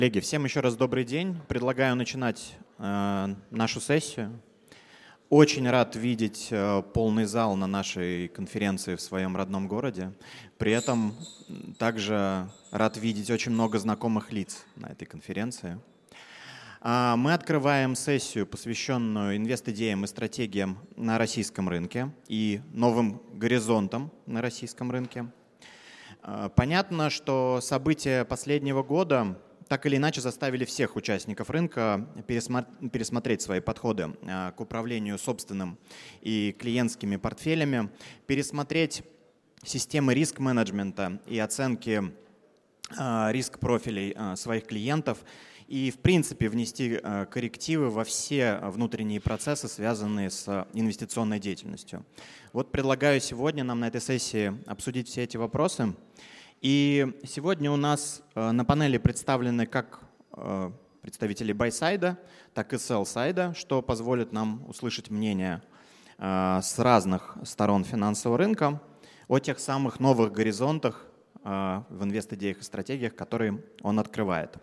Коллеги, всем еще раз добрый день. Предлагаю начинать нашу сессию. Очень рад видеть полный зал на нашей конференции в своем родном городе. При этом также рад видеть очень много знакомых лиц на этой конференции. Мы открываем сессию, посвященную инвест-идеям и стратегиям на российском рынке и новым горизонтам на российском рынке. Понятно, что события последнего года так или иначе заставили всех участников рынка пересмотреть свои подходы к управлению собственным и клиентскими портфелями, пересмотреть системы риск-менеджмента и оценки риск-профилей своих клиентов и, в принципе, внести коррективы во все внутренние процессы, связанные с инвестиционной деятельностью. Вот предлагаю сегодня нам на этой сессии обсудить все эти вопросы. И сегодня у нас на панели представлены как представители buy-сайда, так и sell-сайда, что позволит нам услышать мнение с разных сторон финансового рынка о тех самых новых горизонтах в инвест-идеях и стратегиях, которые он открывает.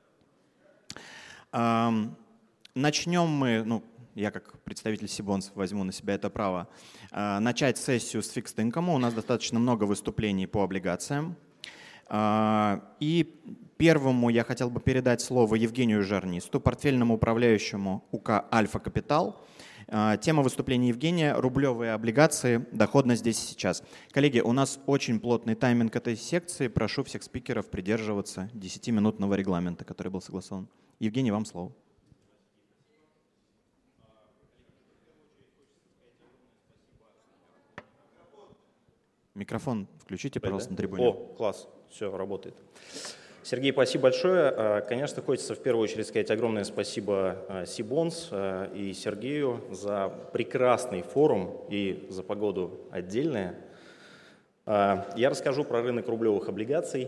Начнем мы, я как представитель Сибонс возьму на себя это право, начать сессию с Fixed Income. У нас достаточно много выступлений по облигациям. И первому я хотел бы передать слово Евгению Жарнисту, портфельному управляющему УК «Альфа Капитал». Тема выступления Евгения – рублевые облигации, доходность здесь и сейчас. Коллеги, у нас очень плотный тайминг этой секции. Прошу всех спикеров придерживаться 10-минутного регламента, который был согласован. Евгений, вам слово. Микрофон включите, пожалуйста, на трибуне. О, класс, все, работает. Сергей, спасибо большое. Конечно, хочется в первую очередь сказать огромное спасибо Сибонс и Сергею за прекрасный форум и за погоду отдельная. Я расскажу про рынок рублевых облигаций.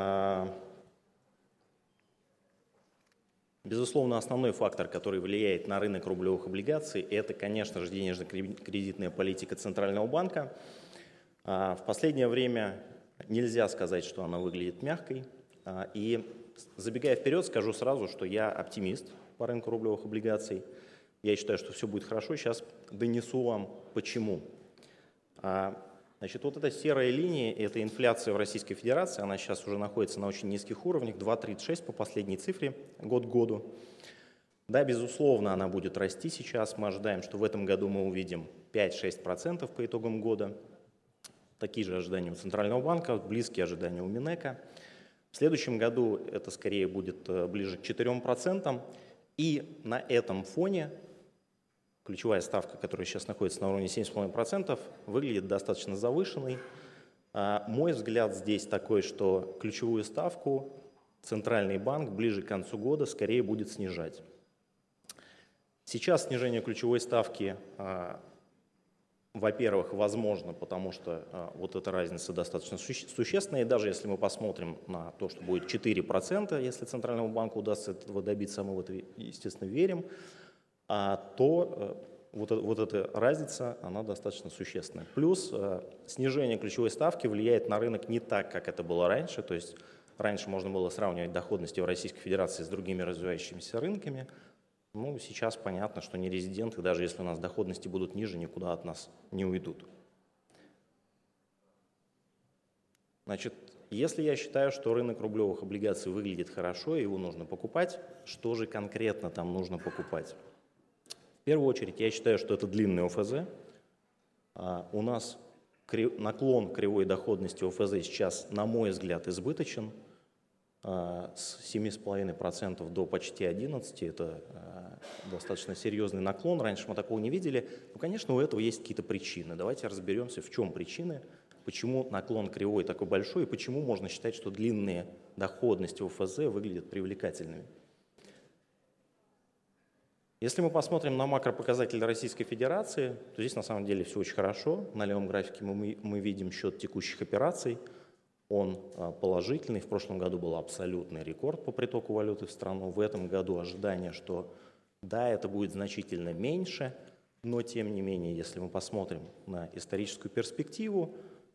Безусловно, основной фактор, который влияет на рынок рублевых облигаций, это, конечно же, денежно-кредитная политика Центрального банка. В последнее время нельзя сказать, что она выглядит мягкой. И забегая вперед, скажу сразу, что я оптимист по рынку рублевых облигаций. Я считаю, что все будет хорошо. Сейчас донесу вам почему. Значит, вот эта серая линия – это инфляция в Российской Федерации. Она сейчас уже находится на очень низких уровнях, 2,36 по последней цифре год к году. Да, безусловно, она будет расти сейчас. Мы ожидаем, что в этом году мы увидим 5-6% по итогам года. Такие же ожидания у Центрального банка, близкие ожидания у Минэка. В следующем году это скорее будет ближе к 4%. И на этом фоне ключевая ставка, которая сейчас находится на уровне 7,5%, выглядит достаточно завышенной. Мой взгляд здесь такой, что ключевую ставку Центральный банк ближе к концу года скорее будет снижать. Сейчас снижение ключевой ставки во-первых, возможно, потому что вот эта разница достаточно существенная, и даже если мы посмотрим на то, что будет 4%, если Центральному банку удастся этого добиться, мы в это, естественно, верим, то вот эта разница, она достаточно существенная. Плюс снижение ключевой ставки влияет на рынок не так, как это было раньше, то есть раньше можно было сравнивать доходности в Российской Федерации с другими развивающимися рынками. Сейчас понятно, что нерезиденты, даже если у нас доходности будут ниже, никуда от нас не уйдут. Значит, если я считаю, что рынок рублевых облигаций выглядит хорошо, и его нужно покупать, что же конкретно там нужно покупать? В первую очередь, я считаю, что это длинный ОФЗ. У нас наклон кривой доходности ОФЗ сейчас, на мой взгляд, избыточен. С 7,5% до почти 11%. Это достаточно серьезный наклон. Раньше мы такого не видели. Конечно, у этого есть какие-то причины. Давайте разберемся, в чем причины, почему наклон кривой такой большой и почему можно считать, что длинные доходности ОФЗ выглядят привлекательными. Если мы посмотрим на макропоказатели Российской Федерации, то здесь на самом деле все очень хорошо. На левом графике мы видим счет текущих операций. Он положительный. В прошлом году был абсолютный рекорд по притоку валюты в страну. В этом году ожидание, что да, это будет значительно меньше, но тем не менее, если мы посмотрим на историческую перспективу,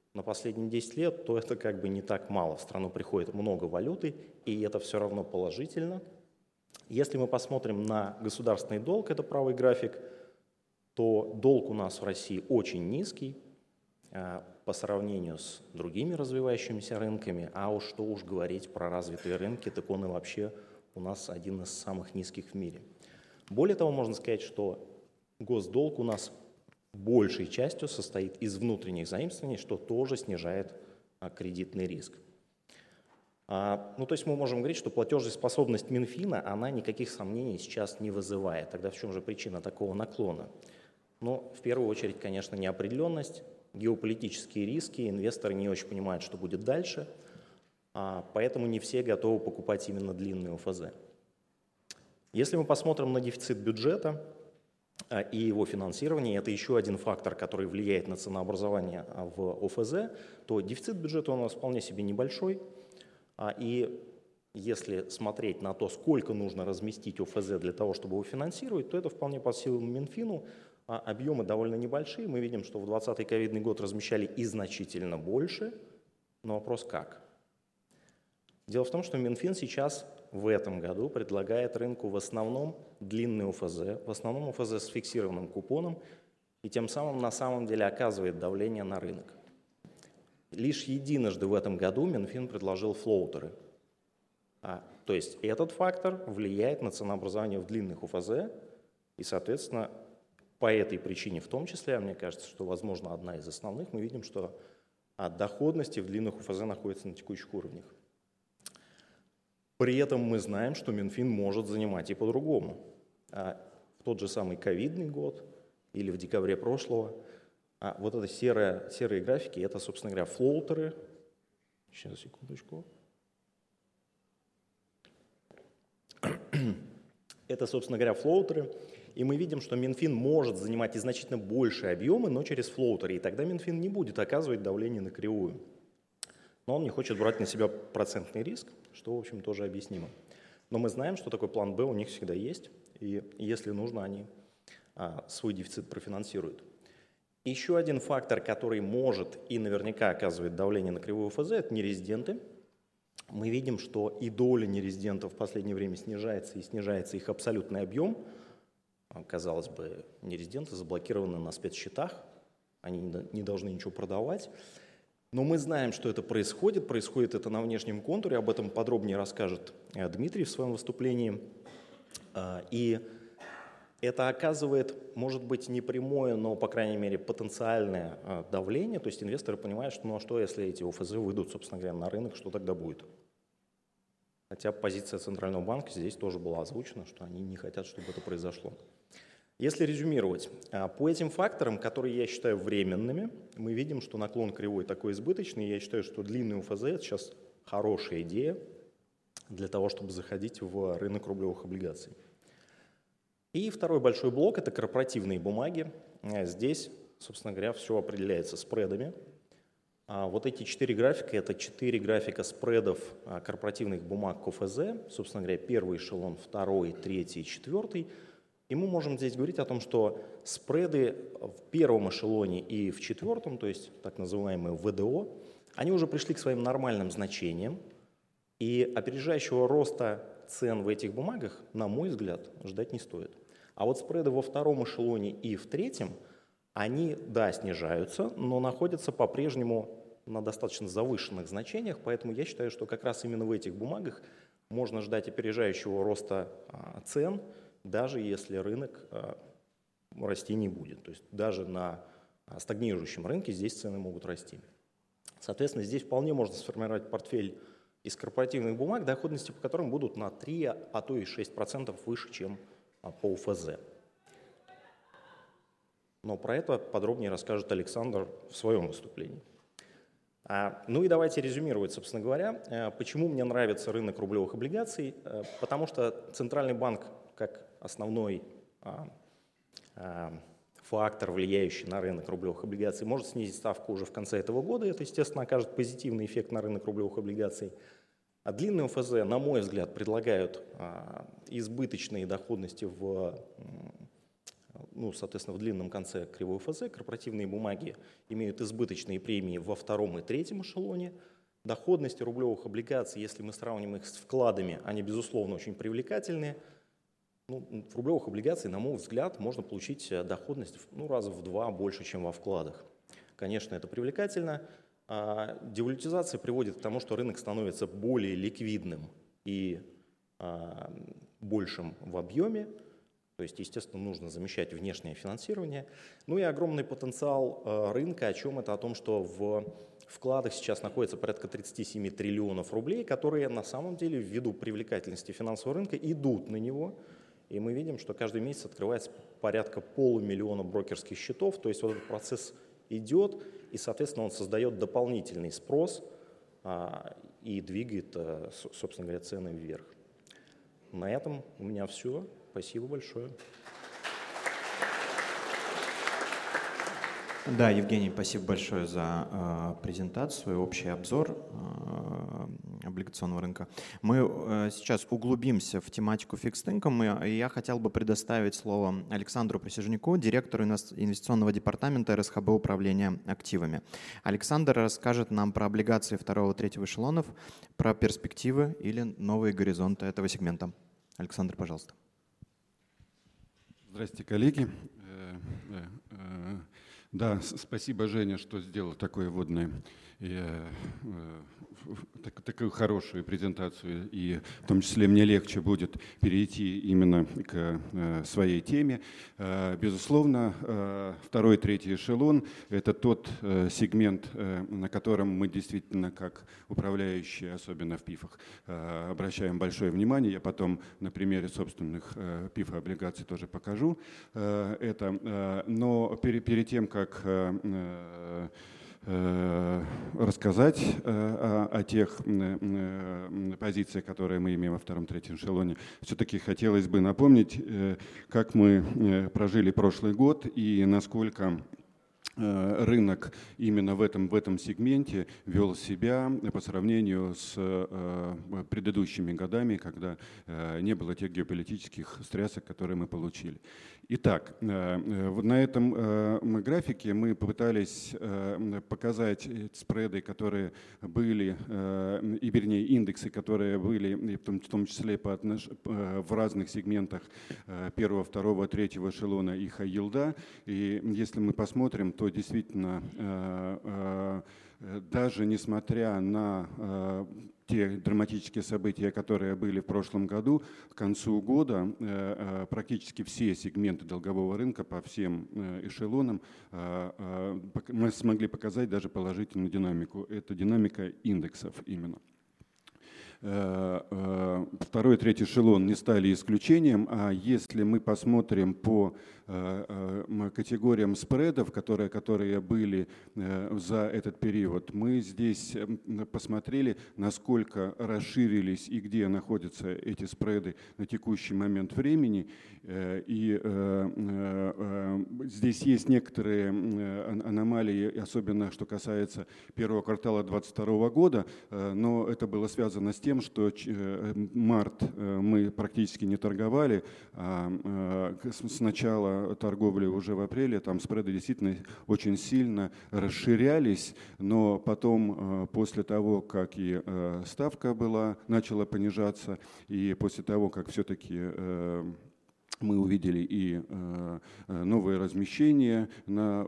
на последние 10 лет, то это как бы не так мало. В страну приходит много валюты, и это все равно положительно. Если мы посмотрим на государственный долг, это правый график, то долг у нас в России очень низкий по сравнению с другими развивающимися рынками, а уж что уж говорить про развитые рынки, так он и вообще у нас один из самых низких в мире. Более того, можно сказать, что госдолг у нас большей частью состоит из внутренних заимствований, что тоже снижает кредитный риск. То есть мы можем говорить, что платежеспособность Минфина, она никаких сомнений сейчас не вызывает. Тогда в чем же причина такого наклона? В первую очередь, конечно, неопределенность, геополитические риски, инвесторы не очень понимают, что будет дальше, поэтому не все готовы покупать именно длинные ОФЗ. Если мы посмотрим на дефицит бюджета и его финансирование, это еще один фактор, который влияет на ценообразование в ОФЗ, то дефицит бюджета у нас вполне себе небольшой, и если смотреть на то, сколько нужно разместить ОФЗ для того, чтобы его финансировать, то это вполне по силам Минфину. Объемы довольно небольшие. Мы видим, что в 2020 ковидный год размещали и значительно больше. Но вопрос как? Дело в том, что Минфин сейчас в этом году предлагает рынку в основном длинные ОФЗ, в основном ОФЗ с фиксированным купоном, и тем самым на самом деле оказывает давление на рынок. Лишь единожды в этом году Минфин предложил флоутеры. То есть этот фактор влияет на ценообразование в длинных ОФЗ, и, соответственно, по этой причине в том числе, мне кажется, что, возможно, одна из основных, мы видим, что доходности в длинных ОФЗ находятся на текущих уровнях. При этом мы знаем, что Минфин может занимать и по-другому. В тот же самый ковидный год или в декабре прошлого вот это серые графики, это, собственно говоря, флоутеры. Сейчас, секундочку. Это, собственно говоря, флоутеры. И мы видим, что Минфин может занимать и значительно большие объемы, но через флоутеры. И тогда Минфин не будет оказывать давление на кривую. Но он не хочет брать на себя процентный риск, что, в общем, тоже объяснимо. Но мы знаем, что такой план «Б» у них всегда есть. И если нужно, они свой дефицит профинансируют. Еще один фактор, который может и наверняка оказывает давление на кривую ОФЗ, это нерезиденты. Мы видим, что и доля нерезидентов в последнее время снижается, и снижается их абсолютный объем. Казалось бы, нерезиденты заблокированы на спецсчетах, они не должны ничего продавать. Но мы знаем, что это происходит. Происходит это на внешнем контуре. Об этом подробнее расскажет Дмитрий в своем выступлении. И это оказывает, может быть, не прямое, но, по крайней мере, потенциальное давление. То есть инвесторы понимают, что, что если эти ОФЗ выйдут, собственно говоря, на рынок, что тогда будет? Хотя позиция Центрального банка здесь тоже была озвучена, что они не хотят, чтобы это произошло. Если резюмировать, по этим факторам, которые я считаю временными, мы видим, что наклон кривой такой избыточный. Я считаю, что длинный ОФЗ – это сейчас хорошая идея для того, чтобы заходить в рынок рублевых облигаций. И второй большой блок – это корпоративные бумаги. Здесь, собственно говоря, все определяется спредами. Вот эти 4 графика – это 4 графика спредов корпоративных бумаг к ОФЗ. Собственно говоря, первый эшелон, второй, третий, четвертый. И мы можем здесь говорить о том, что спреды в первом эшелоне и в четвертом, то есть так называемые ВДО, они уже пришли к своим нормальным значениям. И опережающего роста цен в этих бумагах, на мой взгляд, ждать не стоит. А вот спреды во втором эшелоне и в третьем, они, да, снижаются, но находятся по-прежнему на достаточно завышенных значениях, поэтому я считаю, что как раз именно в этих бумагах можно ждать опережающего роста цен, даже если рынок расти не будет. То есть даже на стагнирующем рынке здесь цены могут расти. Соответственно, здесь вполне можно сформировать портфель из корпоративных бумаг, доходности по которым будут на 3, а то и 6% выше, чем по ОФЗ. Но про это подробнее расскажет Александр в своем выступлении. Ну и давайте резюмировать, собственно говоря, почему мне нравится рынок рублевых облигаций. Потому что Центральный банк, как основной фактор, влияющий на рынок рублевых облигаций, может снизить ставку уже в конце этого года. Это, естественно, окажет позитивный эффект на рынок рублевых облигаций. А длинные ОФЗ, на мой взгляд, предлагают избыточные доходности в ну, соответственно, в длинном конце кривой ФЗ корпоративные бумаги имеют избыточные премии во втором и третьем эшелоне. Доходности рублевых облигаций, если мы сравним их с вкладами, они, безусловно, очень привлекательные. Ну, в рублевых облигациях, на мой взгляд, можно получить доходность раза в 2 больше, чем во вкладах. Конечно, это привлекательно. Девалютизация приводит к тому, что рынок становится более ликвидным и большим в объеме. То есть, естественно, нужно замещать внешнее финансирование. Ну и огромный потенциал рынка. О чем это? О том, что в вкладах сейчас находится порядка 37 триллионов рублей, которые на самом деле ввиду привлекательности финансового рынка идут на него. И мы видим, что каждый месяц открывается порядка 500 000 брокерских счетов. То есть вот этот процесс идет, и, соответственно, он создает дополнительный спрос и двигает, собственно говоря, цены вверх. На этом у меня все. Спасибо большое. Да, Евгений, спасибо большое за презентацию, общий обзор облигационного рынка. Мы сейчас углубимся в тематику Fixed Income, и я хотел бы предоставить слово Александру Присяжняку, директору инвестиционного департамента РСХБ управления активами. Александр расскажет нам про облигации второго-третьего эшелонов, про перспективы или новые горизонты этого сегмента. Александр, пожалуйста. Здравствуйте, коллеги. Да, спасибо, Женя, что сделал такое вводное, такую хорошую презентацию, и в том числе мне легче будет перейти именно к своей теме. Безусловно, второй, третий эшелон – это тот сегмент, на котором мы действительно, как управляющие, особенно в ПИФах, обращаем большое внимание. Я потом на примере собственных ПИФ-облигаций тоже покажу это. Но перед тем, как рассказать о тех позициях, которые мы имеем во втором-третьем эшелоне, все-таки хотелось бы напомнить, как мы прожили прошлый год и насколько рынок именно в этом сегменте вел себя по сравнению с предыдущими годами, когда не было тех геополитических стрессов, которые мы получили. Итак, на этом графике мы попытались показать спреды, которые были, и вернее индексы, которые были в том числе в разных сегментах первого, второго, третьего эшелона и хай-йилда. И если мы посмотрим, то действительно даже несмотря на те драматические события, которые были в прошлом году, к концу года практически все сегменты долгового рынка по всем эшелонам мы смогли показать даже положительную динамику. Это динамика индексов именно. Второй и третий эшелон не стали исключением, а если мы посмотрим по категориям спредов, которые были за этот период, мы здесь посмотрели, насколько расширились и где находятся эти спреды на текущий момент времени. И здесь есть некоторые аномалии, особенно что касается первого квартала 2022 года, но это было связано с тем, что март мы практически не торговали, а с начала торговли уже в апреле там спреды действительно очень сильно расширялись, но потом после того, как и ставка начала понижаться, и после того, как все-таки мы увидели и новые размещения на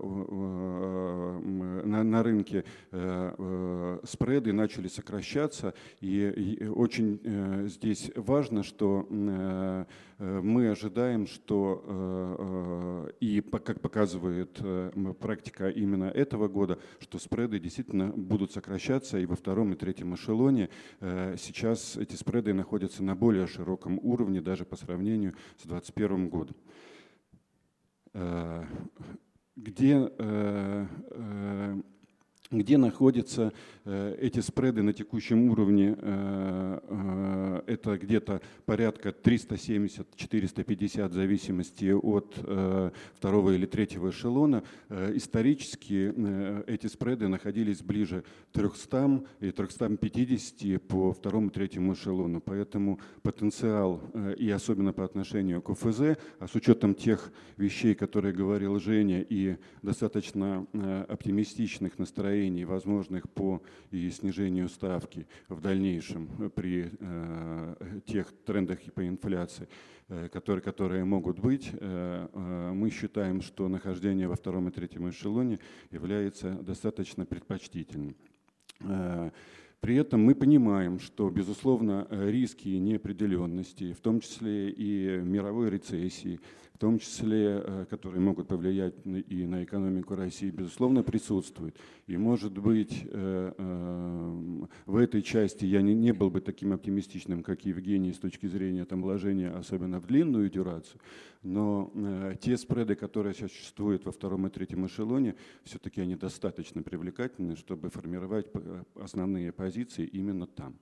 рынке, спреды начали сокращаться. И очень здесь важно, что мы ожидаем, что, и как показывает практика именно этого года, что спреды действительно будут сокращаться, и во втором и третьем эшелоне сейчас эти спреды находятся на более широком уровне, даже по сравнению с 2021 годом. Где Где находятся эти спреды на текущем уровне? Это где-то порядка 370-450 в зависимости от второго или третьего эшелона. Исторически эти спреды находились ближе 300 и 350 по второму и третьему эшелону. Поэтому потенциал, и особенно по отношению к ОФЗ, а с учетом тех вещей, которые говорил Женя, и достаточно оптимистичных настроений, возможных по и снижению ставки в дальнейшем при тех трендах по инфляции, которые могут быть, мы считаем, что нахождение во втором и третьем эшелоне является достаточно предпочтительным. При этом мы понимаем, что, безусловно, риски и неопределенности, в том числе и мировой рецессии, в том числе, которые могут повлиять и на экономику России, безусловно, присутствуют. И, может быть, в этой части я не был бы таким оптимистичным, как Евгений, с точки зрения там, вложения, особенно в длинную дюрацию, но те спреды, которые сейчас существуют во втором и третьем эшелоне, все-таки они достаточно привлекательны, чтобы формировать основные позиции именно там.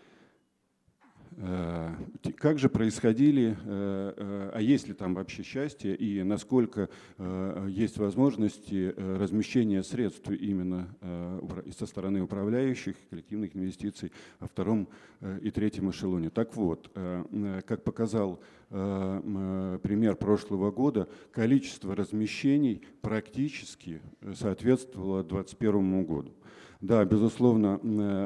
Как же происходили, а есть ли там вообще счастье и насколько есть возможности размещения средств именно со стороны управляющих коллективных инвестиций во втором и третьем эшелоне? Так вот, как показал пример прошлого года, количество размещений практически соответствовало 2021 году. Да, безусловно,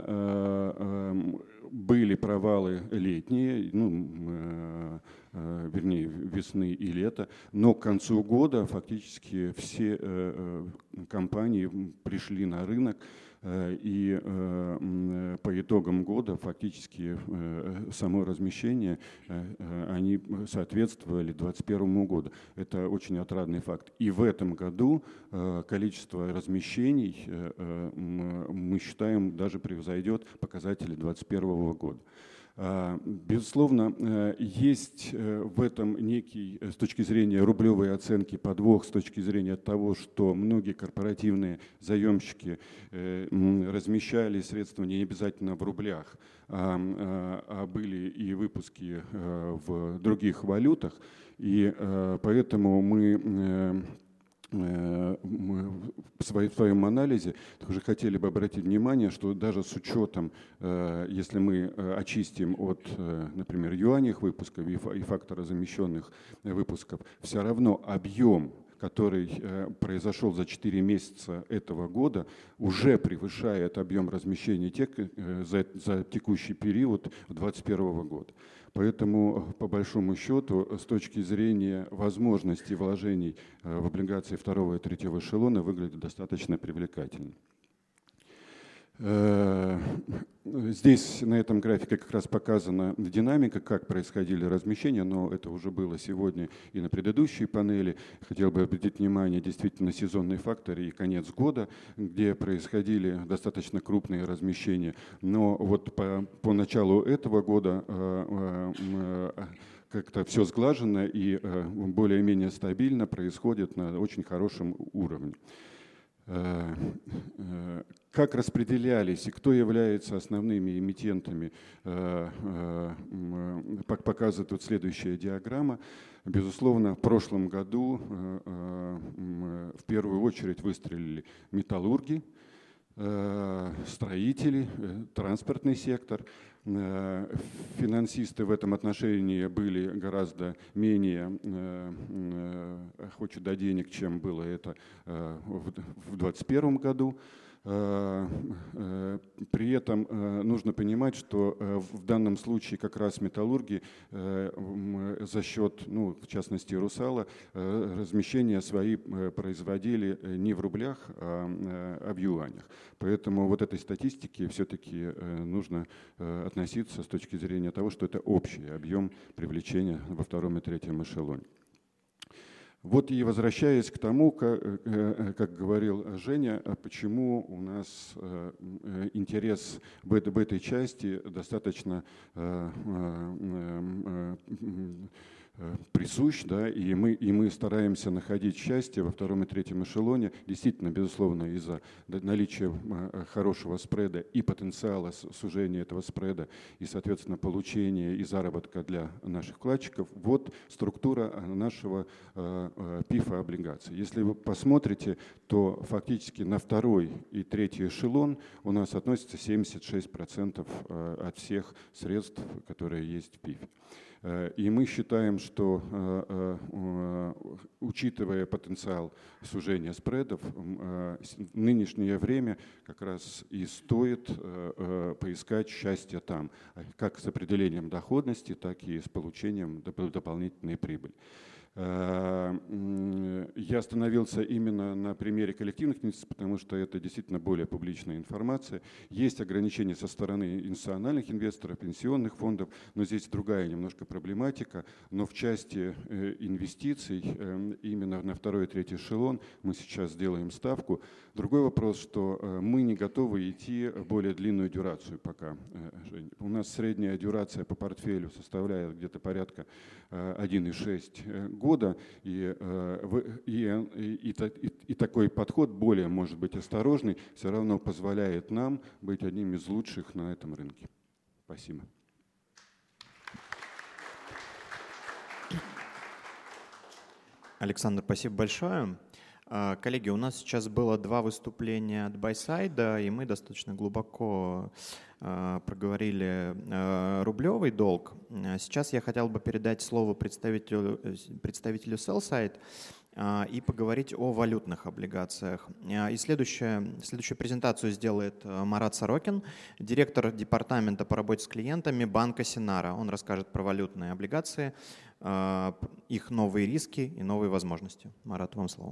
были провалы летние, вернее, весны и лета, но к концу года фактически все компании пришли на рынок, и по итогам года фактически само размещение, они соответствовали 2021 году. Это очень отрадный факт. И в этом году количество размещений, мы считаем, даже превзойдет показатели 2021 года. Безусловно, есть в этом некий, с точки зрения рублевой оценки, подвох с точки зрения того, что многие корпоративные заемщики размещали средства не обязательно в рублях, а были и выпуски в других валютах. И поэтому мы в своем анализе тоже хотели бы обратить внимание, что даже с учетом, если мы очистим от, например, юаневых выпусков и фактора замещенных выпусков, все равно объем, который произошел за 4 месяца этого года, уже превышает объем размещения за текущий период 2021 года. Поэтому, по большому счету, с точки зрения возможности вложений в облигации второго и третьего эшелона, выглядит достаточно привлекательно. Здесь на этом графике как раз показана динамика, как происходили размещения, но это уже было сегодня и на предыдущей панели. Хотел бы обратить внимание действительно на сезонный фактор и конец года, где происходили достаточно крупные размещения. Но вот по началу этого года как-то все сглажено и более-менее стабильно происходит на очень хорошем уровне. Как распределялись и кто является основными эмитентами, показывает вот следующая диаграмма. Безусловно, в прошлом году в первую очередь выстрелили металлурги, строители, транспортный сектор. Финансисты в этом отношении были гораздо менее охочи до денег, чем было это в 2021 году. При этом нужно понимать, что в данном случае как раз металлурги за счет, в частности, «Русала», размещения свои производили не в рублях, а в юанях. Поэтому вот этой статистике все-таки нужно относиться с точки зрения того, что это общий объем привлечения во втором и третьем эшелоне. Вот и возвращаясь к тому, как говорил Женя, почему у нас интерес в этой части достаточно присущ, да, и мы стараемся находить счастье во втором и третьем эшелоне, действительно, безусловно, из-за наличия хорошего спреда и потенциала сужения этого спреда, и, соответственно, получения и заработка для наших вкладчиков. Вот структура нашего ПИФа облигаций. Если вы посмотрите, то фактически на второй и третий эшелон у нас относится 76% от всех средств, которые есть в ПИФе. И мы считаем, что, учитывая потенциал сужения спредов, в нынешнее время как раз и стоит поискать счастье там, как с определением доходности, так и с получением дополнительной прибыли. Я остановился именно на примере коллективных инвестиций, потому что это действительно более публичная информация. Есть ограничения со стороны институциональных инвесторов, пенсионных фондов, но здесь другая немножко проблематика. Но в части инвестиций именно на второй и третий эшелон мы сейчас сделаем ставку. Другой вопрос, что мы не готовы идти в более длинную дюрацию пока. У нас средняя дюрация по портфелю составляет где-то порядка 1,6 года, и такой подход более, может быть, осторожный, все равно позволяет нам быть одним из лучших на этом рынке. Спасибо. Александр, спасибо большое. Коллеги, у нас сейчас было 2 выступления от Байсайда, и мы достаточно глубоко проговорили рублевый долг. Сейчас я хотел бы передать слово представителю Sellside и поговорить о валютных облигациях. И следующую презентацию сделает Марат Сорокин, директор департамента по работе с клиентами банка Синара. Он расскажет про валютные облигации, их новые риски и новые возможности. Марат, вам слово.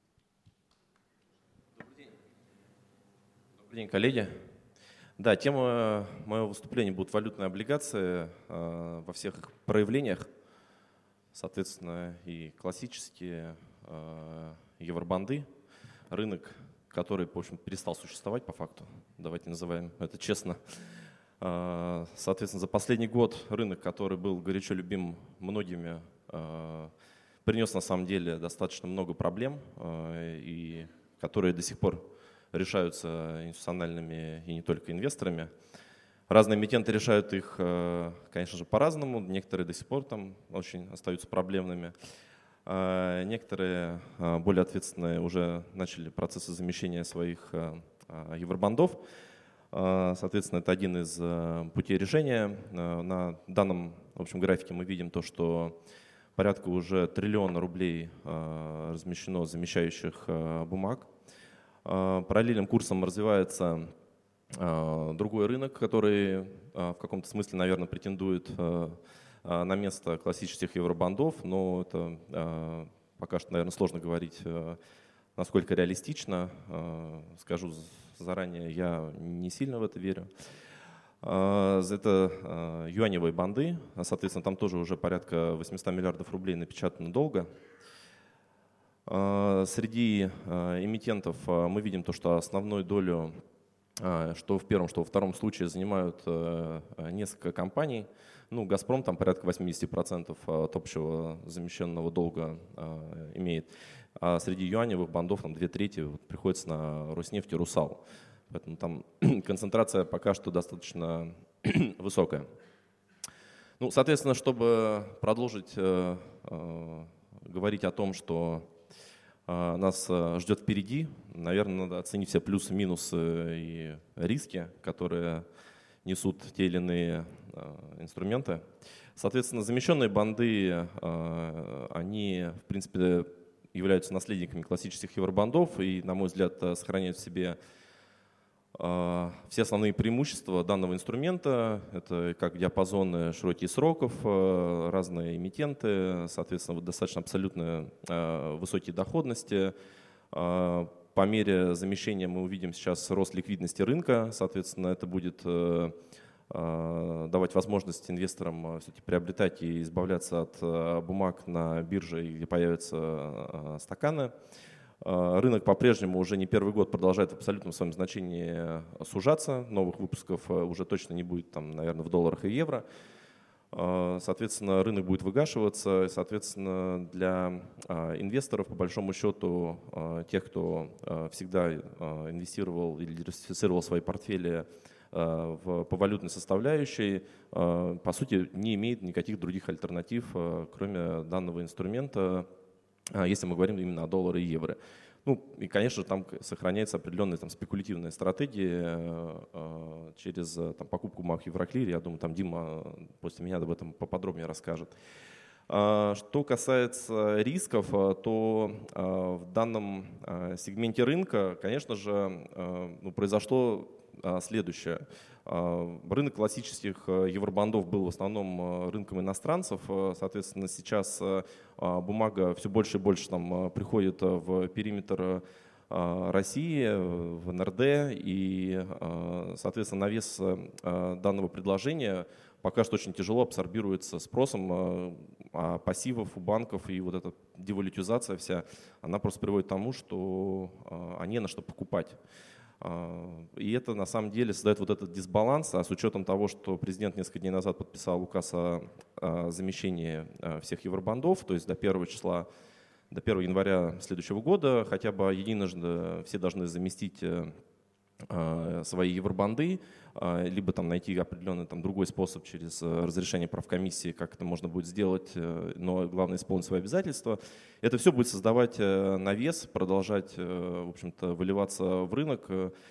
Добрый день, коллеги. Да, тема моего выступления будут валютные облигации во всех их проявлениях, соответственно, и классические евробанды, рынок, который, в общем, перестал существовать по факту, давайте называем это честно. Соответственно, за последний год рынок, который был горячо любим многими, принес на самом деле достаточно много проблем, и которые до сих пор решаются институциональными и не только инвесторами. Разные эмитенты решают их, конечно же, по-разному. Некоторые до сих пор там очень остаются проблемными. Некоторые более ответственные уже начали процессы замещения своих евробандов. Соответственно, это один из путей решения. На данном, в общем, графике мы видим то, что порядка уже 1 триллиона рублей размещено замещающих бумаг. Параллельным курсом развивается другой рынок, который в каком-то смысле, наверное, претендует на место классических евробандов, но это пока что, наверное, сложно говорить, насколько реалистично. Скажу заранее, я не сильно в это верю. Это юаневые банды, соответственно, там тоже уже порядка 800 миллиардов рублей напечатано долга. Среди эмитентов мы видим то, что основную долю, что в первом, что во втором случае, занимают несколько компаний. Ну, «Газпром» там порядка 80% от общего замещенного долга имеет. А среди юаневых бандов там 2/3 приходится на «Роснефть» и «Русал». Поэтому там концентрация пока что достаточно высокая. Ну, соответственно, чтобы продолжить говорить о том, что нас ждет впереди, наверное, надо оценить все плюсы, минусы и риски, которые несут те или иные инструменты. Соответственно, замещенные банды, они, в принципе, являются наследниками классических евробандов и, на мой взгляд, сохраняют в себе все основные преимущества данного инструмента. Это как диапазоны широких сроков, разные эмитенты, соответственно, достаточно абсолютно высокие доходности. По мере замещения мы увидим сейчас рост ликвидности рынка, соответственно, это будет давать возможность инвесторам все-таки приобретать и избавляться от бумаг на бирже, где появятся стаканы. Рынок по-прежнему уже не первый год продолжает в абсолютном своем значении сужаться. Новых выпусков уже точно не будет, там, наверное, в долларах и евро. Соответственно, рынок будет выгашиваться, соответственно, для инвесторов, по большому счету, тех, кто всегда инвестировал или диверсифицировал свои портфели по валютной составляющей, по сути, не имеет никаких других альтернатив, кроме данного инструмента, если мы говорим именно о долларе и евро. Ну и, конечно, там сохраняется определенная спекулятивная стратегия через покупку бумаг в Евроклире. Я думаю, там Дима после меня об этом поподробнее расскажет. Что касается рисков, то в данном сегменте рынка, конечно же, произошло следующее. Рынок классических евробандов был в основном рынком иностранцев. Соответственно, сейчас бумага все больше и больше приходит в периметр России, в НРД. И, соответственно, навес данного предложения пока что очень тяжело абсорбируется спросом, а пассивов у банков и вот эта девалютизация вся, она просто приводит к тому, что не на что покупать. И это на самом деле создает вот этот дисбаланс, а с учетом того, что президент несколько дней назад подписал указ о замещении всех евробандов, то есть до 1 января следующего года хотя бы единожды все должны заместить свои евробанды, либо найти определенный другой способ через разрешение правкомиссии, как это можно будет сделать, но главное исполнить свои обязательства. Это все будет создавать навес, продолжать, в общем-то, выливаться в рынок.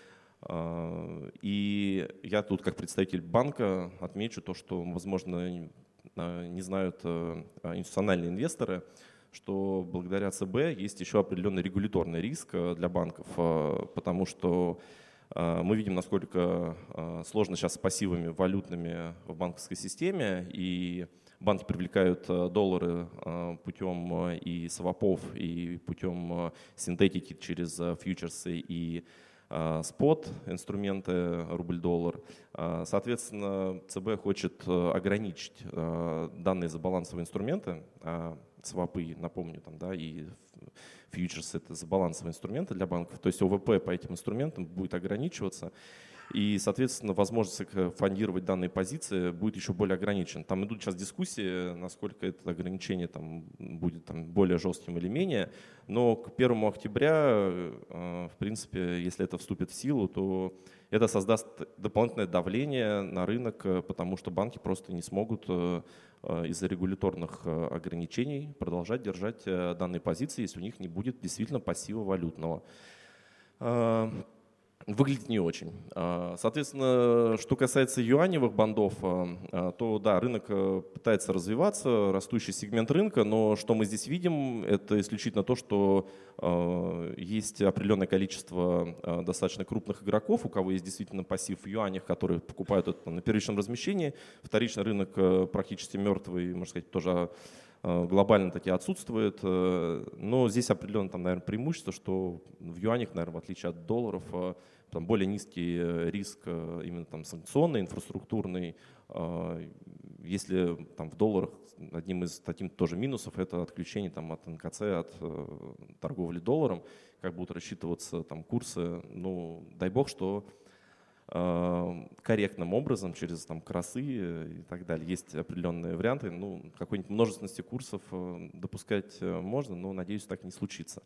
И я тут, как представитель банка, отмечу то, что, возможно, не знают институциональные инвесторы, что благодаря ЦБ есть еще определенный регуляторный риск для банков, потому что мы видим, насколько сложно сейчас с пассивами валютными в банковской системе, и банки привлекают доллары путем и свапов, и путем синтетики через фьючерсы и спот, инструменты рубль-доллар. Соответственно, ЦБ хочет ограничить данные забалансовые инструменты, свапы, напомню, и фьючерсы — это забалансовые инструменты для банков. То есть ОВП по этим инструментам будет ограничиваться. И, соответственно, возможность фондировать данные позиции будет еще более ограничена. Там идут сейчас дискуссии, насколько это ограничение будет более жестким или менее. Но к 1 октября, в принципе, если это вступит в силу, то это создаст дополнительное давление на рынок, потому что банки просто не смогут из-за регуляторных ограничений продолжать держать данные позиции, если у них не будет действительно пассива валютного. Выглядит не очень. Соответственно, что касается юаневых бандов, то да, рынок пытается развиваться, растущий сегмент рынка, но что мы здесь видим, это исключительно то, что есть определенное количество достаточно крупных игроков, у кого есть действительно пассив в юанях, которые покупают это на первичном размещении. Вторичный рынок практически мертвый, можно сказать, тоже глобально таки отсутствует, но здесь определенно наверное, преимущество, что в юанях, наверное, в отличие от долларов, более низкий риск именно санкционный, инфраструктурный. Если в долларах одним из таких тоже минусов это отключение от НКЦ, от торговли долларом, как будут рассчитываться курсы, дай бог, что корректным образом, через красы и так далее. Есть определенные варианты. Какой-нибудь множественности курсов допускать можно, но, надеюсь, так и не случится.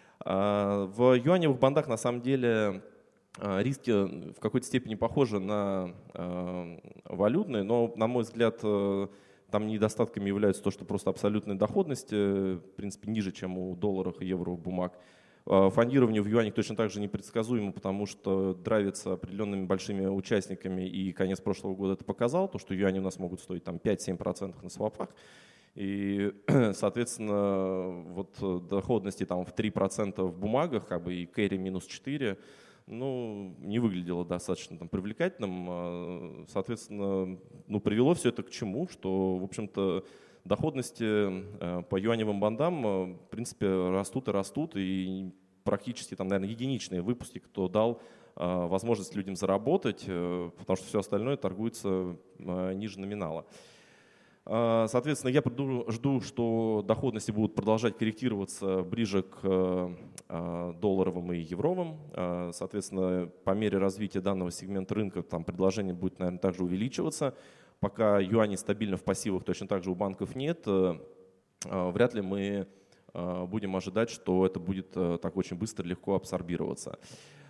В юаневых бандах на самом деле риски в какой-то степени похожи на валютные, но, на мой взгляд, там недостатками является то, что просто абсолютная доходность, в принципе, ниже, чем у долларов и евровых бумаг. Фондирование в юанях точно так же непредсказуемо, потому что драйвится определенными большими участниками, и конец прошлого года это показал, то, что юани у нас могут стоить 5-7% на свапах. И, соответственно, доходности в 3% в бумагах, и кэри минус 4%, не выглядело достаточно привлекательным. Соответственно, привело все это к чему? Что, в общем-то, доходности по юаневым бандам, в принципе, растут и растут, и практически, наверное, единичные выпуски, кто дал возможность людям заработать, потому что все остальное торгуется ниже номинала. Соответственно, я жду, что доходности будут продолжать корректироваться ближе к долларовым и евровым. Соответственно, по мере развития данного сегмента рынка предложение будет, наверное, также увеличиваться. пока юаней стабильно в пассивах точно так же у банков нет, вряд ли мы будем ожидать, что это будет так очень быстро, легко абсорбироваться.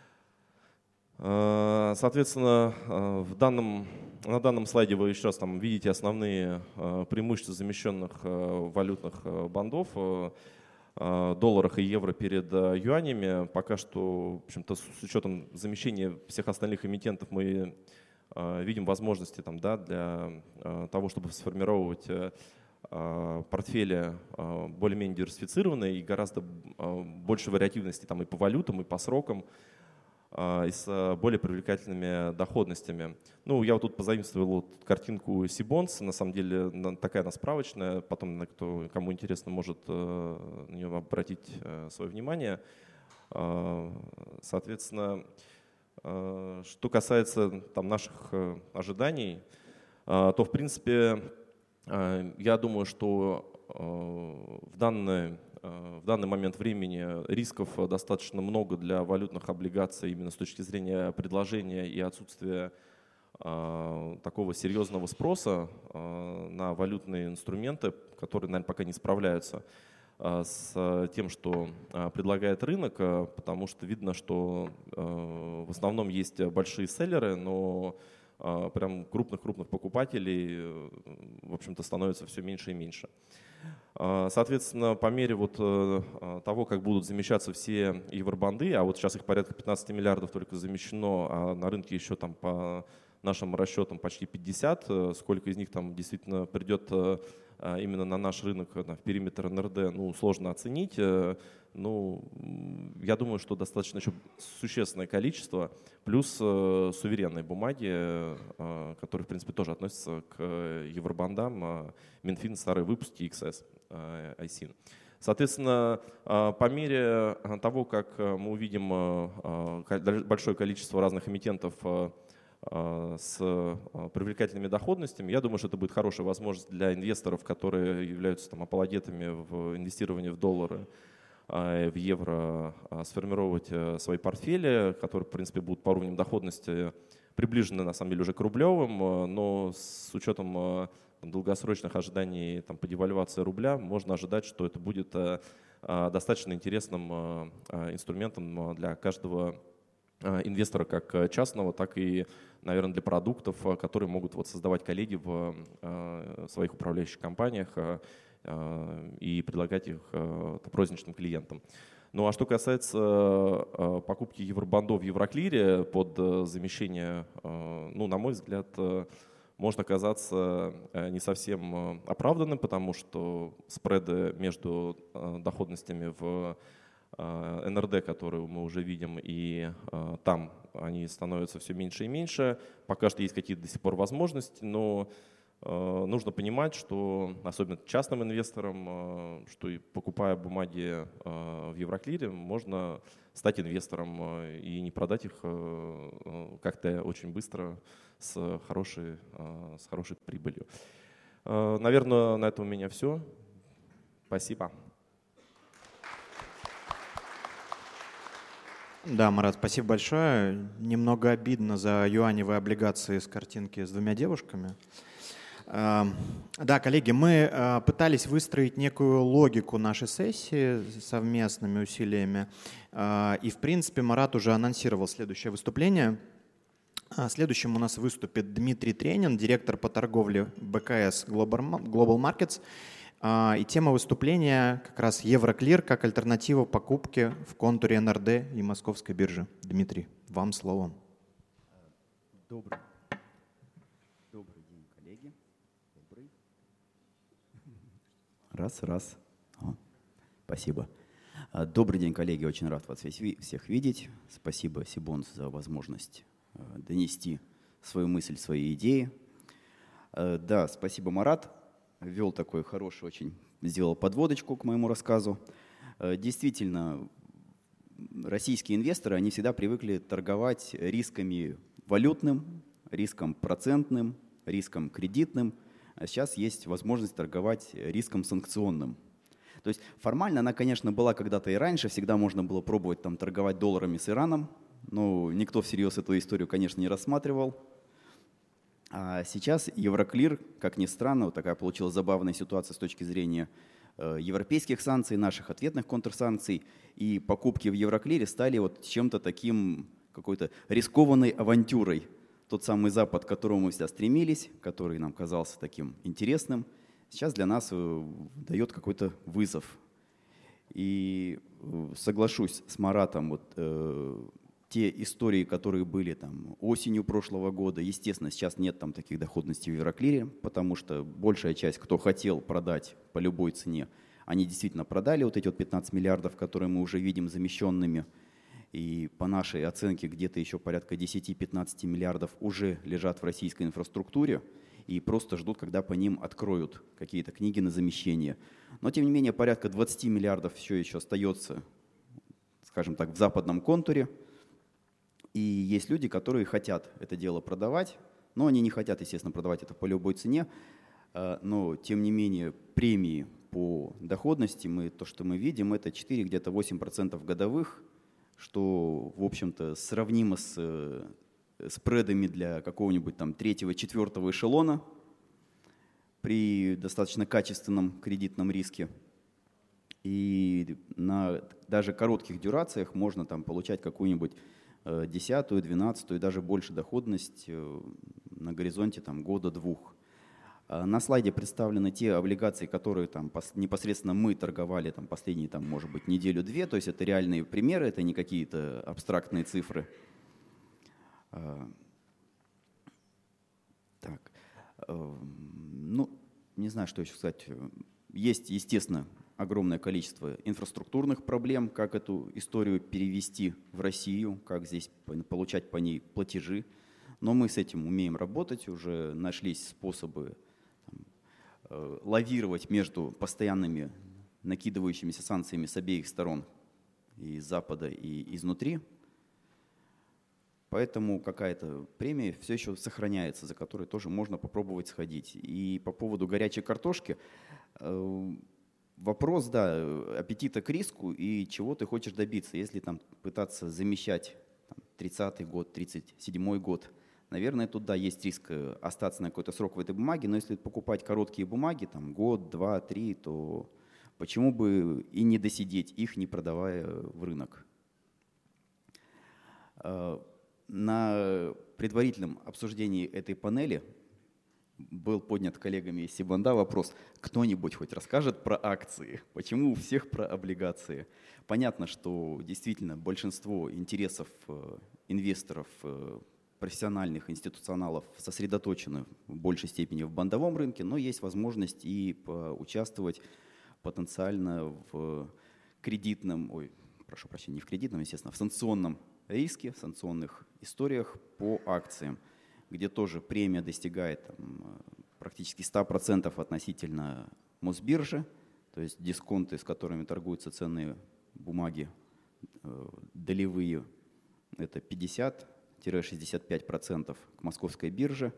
Соответственно, на данном слайде вы еще раз там видите основные преимущества замещенных валютных бандов, долларах и евро перед юанями. Пока что, в общем-то, с учетом замещения всех остальных эмитентов мы видим возможности там, да, для того, чтобы сформировать портфели более-менее диверсифицированные и гораздо больше вариативности там, и по валютам, и по срокам, и с более привлекательными доходностями. Ну, я вот тут позаимствовал вот картинку Сибонс, на самом деле такая она справочная, потом кому интересно, может на нее обратить свое внимание. Соответственно, что касается там, наших ожиданий, то в принципе я думаю, что в данный момент времени рисков достаточно много для валютных облигаций именно с точки зрения предложения и отсутствия такого серьезного спроса на валютные инструменты, которые, наверное, пока не справляются с тем, что предлагает рынок, потому что видно, что в основном есть большие селлеры, но прям крупных покупателей, в общем-то, становится все меньше и меньше. Соответственно, по мере вот того, как будут замещаться все евробанды, а вот сейчас их порядка 15 миллиардов только замещено, а на рынке еще там по нашим расчетам почти 50, сколько из них там действительно придет именно на наш рынок, в периметр НРД, ну, сложно оценить. Ну, я думаю, что достаточно еще существенное количество, плюс суверенные бумаги, которые, в принципе, тоже относятся к евробандам, Минфин, старые выпуски, XS, ISIN. Соответственно, по мере того, как мы увидим большое количество разных эмитентов с привлекательными доходностями, я думаю, что это будет хорошая возможность для инвесторов, которые являются там, апологетами в инвестировании в доллары, в евро, сформировать свои портфели, которые, в принципе, будут по уровням доходности приближены, на самом деле, уже к рублевым, но с учетом долгосрочных ожиданий там, по девальвации рубля можно ожидать, что это будет достаточно интересным инструментом для каждого инвестора, как частного, так и, наверное, для продуктов, которые могут вот создавать коллеги в своих управляющих компаниях и предлагать их розничным клиентам. Ну а что касается покупки евробандов в Евроклире под замещение, ну, на мой взгляд, может оказаться не совсем оправданным, потому что спреды между доходностями в НРД, которую мы уже видим, и там они становятся все меньше и меньше. Пока что есть какие-то до сих пор возможности, но нужно понимать, что особенно частным инвесторам, что и покупая бумаги в Евроклире, можно стать инвестором и не продать их как-то очень быстро с хорошей прибылью. Наверное, на этом у меня все. Спасибо. Да, Марат, спасибо большое. Немного обидно за юаневые облигации с картинки с двумя девушками. Да, коллеги, мы пытались выстроить некую логику нашей сессии совместными усилиями. И, в принципе, Марат уже анонсировал следующее выступление. Следующим у нас выступит Дмитрий Тренин, директор по торговле БКС Global Markets. И тема выступления как раз Евроклир как альтернатива покупке в контуре НРД и Московской биржи. Дмитрий, вам слово. Добрый день, коллеги. Добрый. Раз. Спасибо. Добрый день, коллеги. Очень рад вас всех видеть. Спасибо, Сибонс, за возможность донести свою мысль, свои идеи. Да, спасибо, Марат. Вел такой хороший, очень сделал подводочку к моему рассказу. Действительно, российские инвесторы, они всегда привыкли торговать рисками валютным, риском процентным, риском кредитным. А сейчас есть возможность торговать риском санкционным. То есть формально она, конечно, была когда-то и раньше, всегда можно было пробовать там торговать долларами с Ираном, но никто всерьез эту историю, конечно, не рассматривал. А сейчас Евроклир, как ни странно, вот такая получилась забавная ситуация с точки зрения европейских санкций, наших ответных контрсанкций, и покупки в Евроклире стали вот чем-то таким, какой-то рискованной авантюрой. Тот самый Запад, к которому мы всегда стремились, который нам казался таким интересным, сейчас для нас дает какой-то вызов. И соглашусь с Маратом, вот, те истории, которые были там осенью прошлого года, естественно, сейчас нет там таких доходностей в Евроклире, потому что большая часть, кто хотел продать по любой цене, они действительно продали вот эти вот 15 миллиардов, которые мы уже видим замещенными. И по нашей оценке где-то еще порядка 10-15 миллиардов уже лежат в российской инфраструктуре и просто ждут, когда по ним откроют какие-то книги на замещение. Но тем не менее порядка 20 миллиардов все еще остается, скажем так, в западном контуре. И есть люди, которые хотят это дело продавать, но они не хотят, естественно, продавать это по любой цене. Но, тем не менее, премии по доходности, то, что мы видим, это 4, где-то 8% годовых, что, в общем-то, сравнимо с спредами для какого-нибудь там 3-4 эшелона при достаточно качественном кредитном риске. И на даже коротких дюрациях можно там получать какую-нибудь 10-ю, 12-ю и даже больше доходность на горизонте там, года-двух. На слайде представлены те облигации, которые там, непосредственно мы торговали там, последние, там, может быть, неделю-две. То есть это реальные примеры, это не какие-то абстрактные цифры. Так. Ну, не знаю, что еще сказать. Есть, естественно, огромное количество инфраструктурных проблем, как эту историю перевести в Россию, как здесь получать по ней платежи. Но мы с этим умеем работать, уже нашлись способы лавировать между постоянными накидывающимися санкциями с обеих сторон, и из Запада, и изнутри. Поэтому какая-то премия все еще сохраняется, за которой тоже можно попробовать сходить. И по поводу горячей картошки, вопрос, да, аппетита к риску и чего ты хочешь добиться. Если там пытаться замещать 30-й год, 37-й год, наверное, тут, да, есть риск остаться на какой-то срок в этой бумаге, но если покупать короткие бумаги, там, год, 2, 3, то почему бы и не досидеть их, не продавая в рынок. На предварительном обсуждении этой панели был поднят коллегами из Сибонда вопрос, кто-нибудь хоть расскажет про акции, почему у всех про облигации. Понятно, что действительно большинство интересов инвесторов, профессиональных институционалов сосредоточены в большей степени в бандовом рынке, но есть возможность и поучаствовать потенциально в кредитном, прошу прощения, не в кредитном, естественно, в санкционном риске, в санкционных историях по акциям, где тоже премия достигает там, практически 100% относительно Мосбиржи, то есть дисконты, с которыми торгуются ценные бумаги долевые, это 50-65% к московской бирже.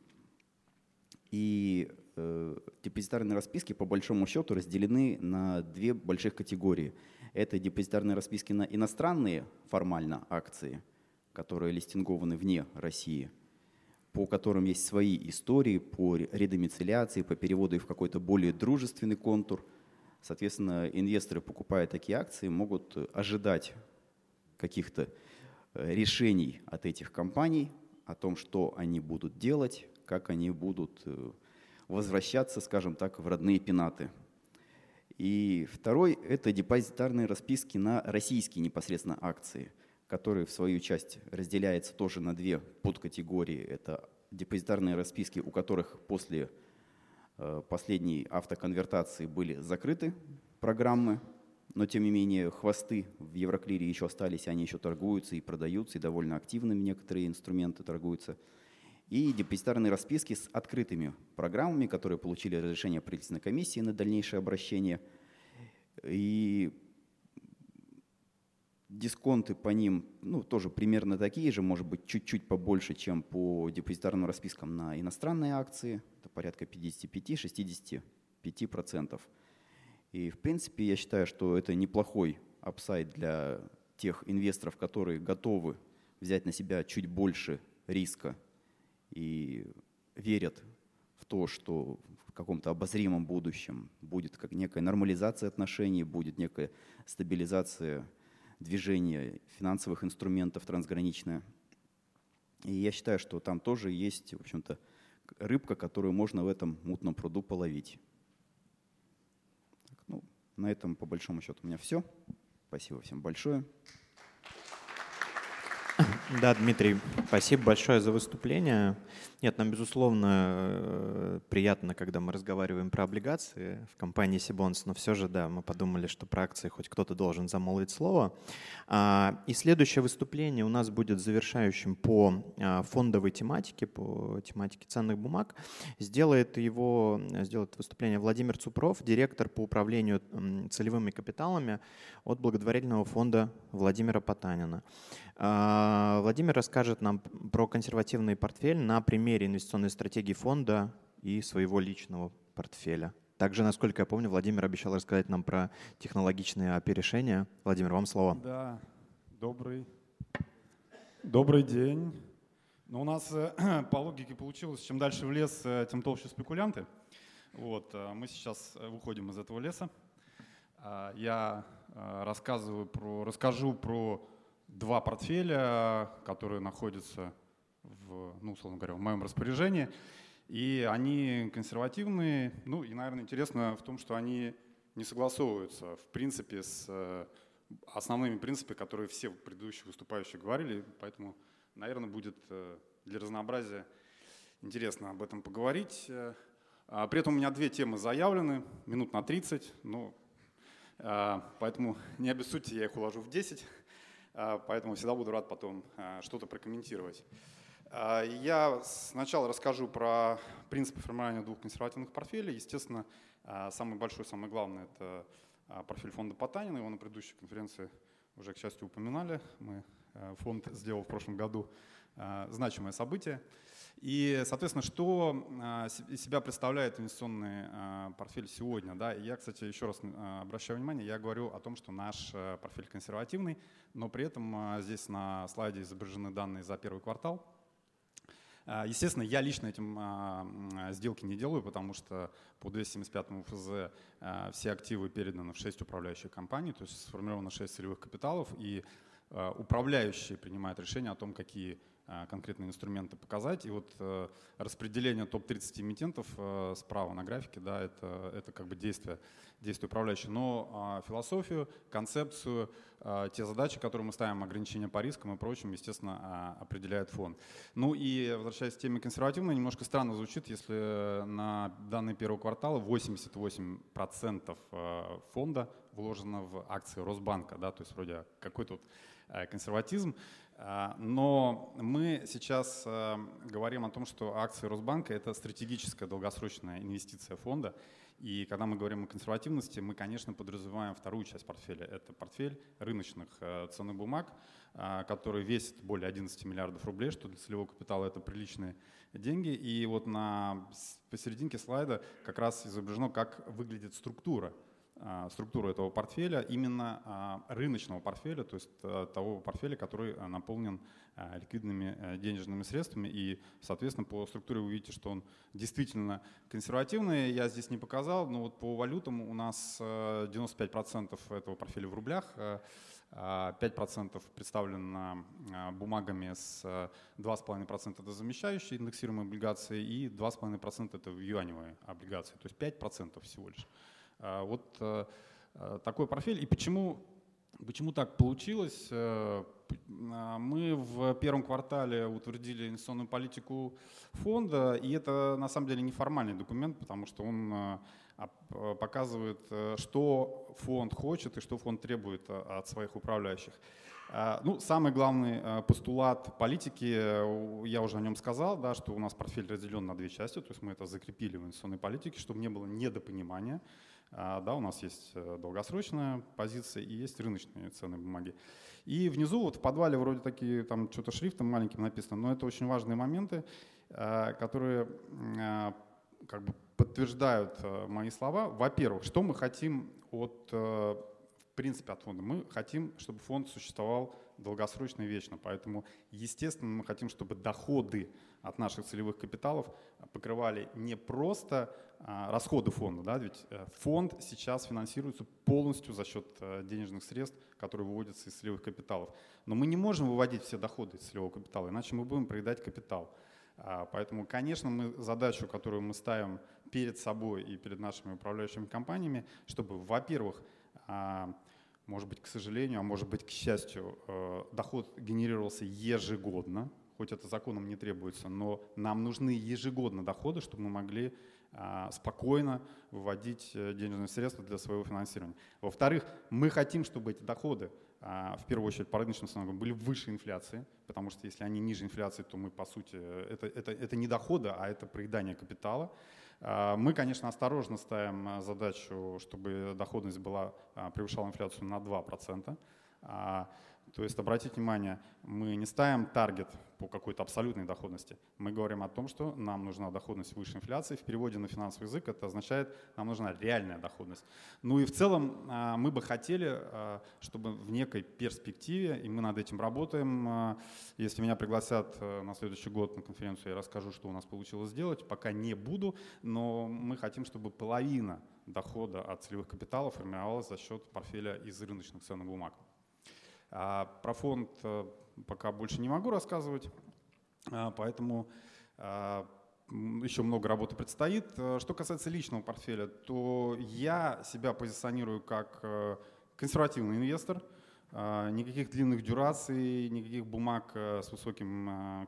И депозитарные расписки по большому счету разделены на две больших категории. Это депозитарные расписки на иностранные формально акции, которые листингованы вне России, по которым есть свои истории по редомицеляции, по переводу их в какой-то более дружественный контур. Соответственно, инвесторы, покупая такие акции, могут ожидать каких-то решений от этих компаний о том, что они будут делать, как они будут возвращаться, скажем так, в родные пенаты. И второй – это депозитарные расписки на российские непосредственно акции, которые в свою часть разделяются тоже на две подкатегории. Это депозитарные расписки, у которых после последней автоконвертации были закрыты программы, но тем не менее хвосты в Евроклире еще остались, они еще торгуются и продаются, и довольно активными некоторые инструменты торгуются. И депозитарные расписки с открытыми программами, которые получили разрешение правительственной комиссии на дальнейшее обращение. И дисконты по ним тоже примерно такие же, может быть, чуть-чуть побольше, чем по депозитарным распискам на иностранные акции. Это порядка 55-65%. И, в принципе, я считаю, что это неплохой апсайд для тех инвесторов, которые готовы взять на себя чуть больше риска и верят в то, что в каком-то обозримом будущем будет как некая нормализация отношений, будет некая стабилизация движения финансовых инструментов трансграничная. И я считаю, что там тоже есть, в общем-то, рыбка, которую можно в этом мутном пруду половить. Ну, на этом, по большому счету, у меня все. Спасибо всем большое. Да, Дмитрий, спасибо большое за выступление. Нет, нам, безусловно, приятно, когда мы разговариваем про облигации в компании Сибонс, но все же, да, мы подумали, что про акции хоть кто-то должен замолвить слово. И следующее выступление у нас будет завершающим по фондовой тематике, по тематике ценных бумаг. Сделает выступление Владимир Цупров, директор по управлению целевыми капиталами от благотворительного фонда Владимира Потанина. Владимир расскажет нам про консервативный портфель на примере инвестиционной стратегии фонда и своего личного портфеля. Также, насколько я помню, Владимир обещал рассказать нам про технологичные API-решения. Владимир, вам слово. Да, добрый день. Но у нас по логике получилось, чем дальше в лес, тем толще спекулянты. Вот, мы сейчас выходим из этого леса. Я расскажу про два портфеля, которые находятся условно говоря, в моем распоряжении. И они консервативные. Ну и, наверное, интересно в том, что они не согласовываются, в принципе, с основными принципами, которые все предыдущие выступающие говорили. Поэтому, наверное, будет для разнообразия интересно об этом поговорить. При этом у меня две темы заявлены, минут на 30. Поэтому не обессудьте, я их уложу в 10. Поэтому всегда буду рад потом что-то прокомментировать. Я сначала расскажу про принципы формирования двух консервативных портфелей. Естественно, самый большой, самый главный – это портфель фонда Потанина. Его на предыдущей конференции уже, к счастью, упоминали. Фонд сделал в прошлом году значимое событие. И, соответственно, что из себя представляет инвестиционный портфель сегодня? Да? Я, кстати, еще раз обращаю внимание, я говорю о том, что наш портфель консервативный, но при этом здесь на слайде изображены данные за первый квартал. Естественно, я лично этим сделки не делаю, потому что по 275 ФЗ все активы переданы в 6 управляющих компаний, то есть сформировано 6 целевых капиталов, и управляющие принимают решение о том, какие конкретные инструменты показать. И вот распределение топ-30 эмитентов справа на графике, да, это как бы действие управляющего. Но философию, концепцию, те задачи, которые мы ставим, ограничения по рискам и прочим, естественно, определяет фонд. Ну и возвращаясь к теме консервативной, немножко странно звучит, если на данные первого квартала 88% фонда вложено в акции Росбанка, да, то есть вроде какой-то вот консерватизм. Но мы сейчас говорим о том, что акции Росбанка – это стратегическая долгосрочная инвестиция фонда. И когда мы говорим о консервативности, мы, конечно, подразумеваем вторую часть портфеля. Это портфель рыночных ценных бумаг, который весит более 11 миллиардов рублей, что для целевого капитала это приличные деньги. И вот посерединке слайда как раз изображено, как выглядит структура этого портфеля, именно рыночного портфеля, то есть того портфеля, который наполнен ликвидными денежными средствами. И, соответственно, по структуре вы видите, что он действительно консервативный. Я здесь не показал, но вот по валютам у нас 95% этого портфеля в рублях, 5% представлено бумагами с 2,5% это замещающие индексируемые облигации и 2,5% это юаневые облигации, то есть 5% всего лишь. Вот такой портфель. И почему так получилось? Мы в первом квартале утвердили инвестиционную политику фонда, и это на самом деле неформальный документ, потому что он показывает, что фонд хочет и что фонд требует от своих управляющих. Ну, самый главный постулат политики, я уже о нем сказал, да, что у нас портфель разделен на две части, то есть мы это закрепили в инвестиционной политике, чтобы не было недопонимания. Да, у нас есть долгосрочная позиция и есть рыночные ценные бумаги. И внизу вот в подвале вроде такие, там что-то шрифтом маленьким написано, но это очень важные моменты, которые как бы подтверждают мои слова. Во-первых, что мы хотим в принципе от фонда? Мы хотим, чтобы фонд существовал долгосрочно и вечно. Поэтому, естественно, мы хотим, чтобы доходы от наших целевых капиталов покрывали не просто расходы фонда, да, ведь фонд сейчас финансируется полностью за счет денежных средств, которые выводятся из целевых капиталов. Но мы не можем выводить все доходы из целевого капитала, иначе мы будем проедать капитал. Поэтому, конечно, задачу, которую мы ставим перед собой и перед нашими управляющими компаниями, чтобы, во-первых, может быть, к сожалению, а может быть, к счастью, доход генерировался ежегодно, хоть это законом не требуется, но нам нужны ежегодно доходы, чтобы мы могли спокойно выводить денежные средства для своего финансирования. Во-вторых, мы хотим, чтобы эти доходы, в первую очередь по рыночным ценам, были выше инфляции, потому что если они ниже инфляции, то мы, по сути, это не доходы, а это проедание капитала. Мы, конечно, осторожно ставим задачу, чтобы доходность превышала инфляцию на 2%. То есть, обратите внимание, мы не ставим таргет по какой-то абсолютной доходности. Мы говорим о том, что нам нужна доходность выше инфляции. В переводе на финансовый язык это означает, нам нужна реальная доходность. Ну и в целом мы бы хотели, чтобы в некой перспективе, и мы над этим работаем, если меня пригласят на следующий год на конференцию, я расскажу, что у нас получилось сделать. Пока не буду, но мы хотим, чтобы половина дохода от целевых капиталов формировалась за счет портфеля из рыночных ценных бумаг. Про фонд пока больше не могу рассказывать, поэтому еще много работы предстоит. Что касается личного портфеля, то я себя позиционирую как консервативный инвестор. Никаких длинных дюраций, никаких бумаг с высоким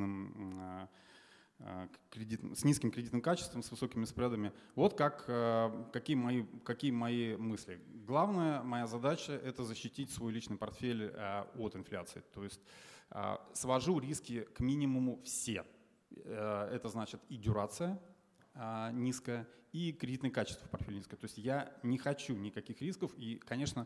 с низким кредитным качеством, с высокими спредами. Вот какие мои мысли. Главная моя задача – это защитить свой личный портфель от инфляции. То есть свожу риски к минимуму все. Это значит и дюрация низкая, и кредитное качество в портфеле низкое. То есть я не хочу никаких рисков. И, конечно,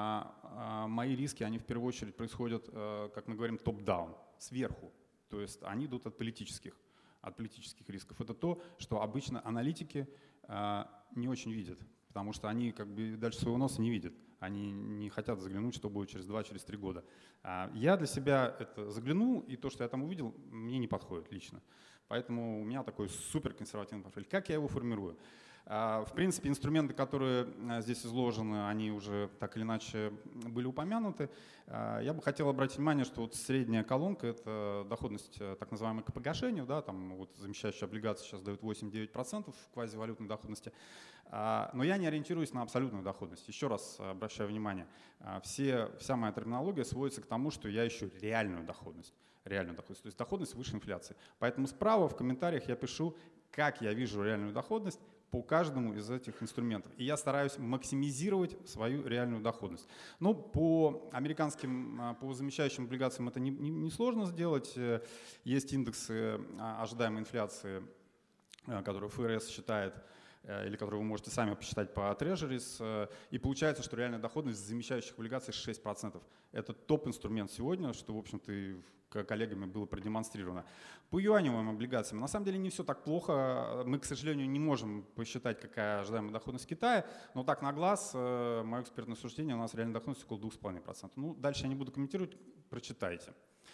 мои риски, они в первую очередь происходят, как мы говорим, топ-даун, сверху. То есть они идут от политических рисков. Это то, что обычно аналитики не очень видят, потому что они как бы дальше своего носа не видят. Они не хотят заглянуть, что будет через 2-3 года. Я для себя это заглянул, и то, что я там увидел, мне не подходит лично. Поэтому у меня такой суперконсервативный портфель. Как я его формирую? В принципе, инструменты, которые здесь изложены, они уже так или иначе были упомянуты. Я бы хотел обратить внимание, что вот средняя колонка – это доходность так называемой к погашению. Да, там вот замещающие облигации сейчас дают 8-9% квазивалютной доходности. Но я не ориентируюсь на абсолютную доходность. Еще раз обращаю внимание, вся моя терминология сводится к тому, что я ищу реальную доходность. То есть доходность выше инфляции. Поэтому справа в комментариях я пишу, как я вижу реальную доходность по каждому из этих инструментов. И я стараюсь максимизировать свою реальную доходность. Ну, по замещающим облигациям это не сложно сделать. Есть индексы ожидаемой инфляции, которые ФРС считает, или которые вы можете сами посчитать по Treasuries, и получается, что реальная доходность замещающих облигаций 6%. Это топ-инструмент сегодня, что, в общем-то, коллегами было продемонстрировано. По юаневым облигациям на самом деле не все так плохо. Мы, к сожалению, не можем посчитать, какая ожидаемая доходность Китая, но так на глаз, мое экспертное суждение, у нас реальная доходность около 2,5%. Ну, дальше я не буду комментировать, прочитайте.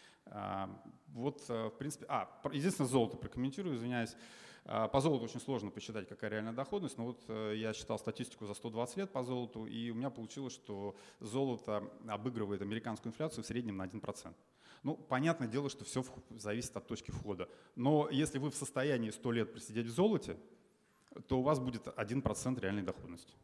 Вот, в принципе, единственное, золото прокомментирую, извиняюсь. По золоту очень сложно посчитать, какая реальная доходность, но вот я считал статистику за 120 лет по золоту, и у меня получилось, что золото обыгрывает американскую инфляцию в среднем на 1%. Ну, понятное дело, что все зависит от точки входа. Но если вы в состоянии 100 лет просидеть в золоте, то у вас будет 1% реальной доходности.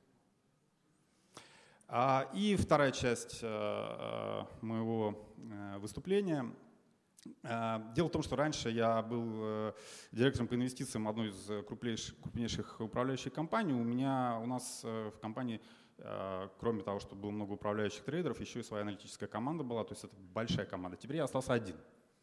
И вторая часть моего выступления. Дело в том, что раньше я был директором по инвестициям одной из крупнейших управляющих компаний. У нас в компании, кроме того, что было много управляющих трейдеров, еще и своя аналитическая команда была, то есть это большая команда. Теперь я остался один.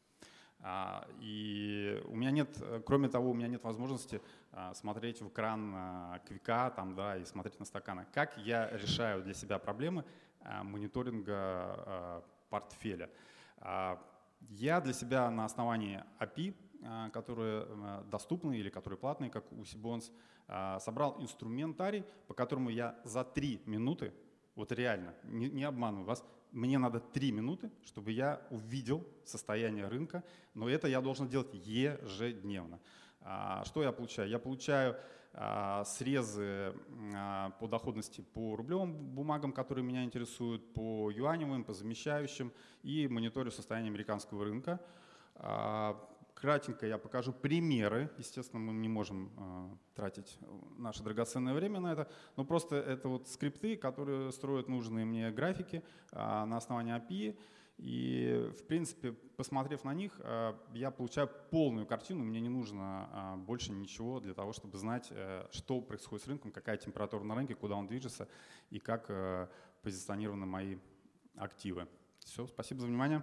И у меня нет, кроме того, у меня нет возможности смотреть в экран квика и смотреть на стаканы. Как я решаю для себя проблемы мониторинга портфеля? Я для себя на основании API, которые доступны или которые платные, как у Сибонс, собрал инструментарий, по которому я за 3 минуты Вот реально, не обманываю вас. Мне надо 3 минуты, чтобы я увидел состояние рынка, но это я должен делать ежедневно. Что я получаю? Я получаю срезы по доходности по рублевым бумагам, которые меня интересуют, по юаневым, по замещающим, и мониторю состояние американского рынка. Кратенько я покажу примеры. Естественно, мы не можем тратить наше драгоценное время на это, но просто это вот скрипты, которые строят нужные мне графики на основании API. И, в принципе, посмотрев на них, я получаю полную картину. Мне не нужно больше ничего для того, чтобы знать, что происходит с рынком, какая температура на рынке, куда он движется и как позиционированы мои активы. Все, спасибо за внимание.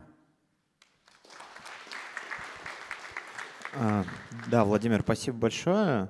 Да, Владимир, спасибо большое.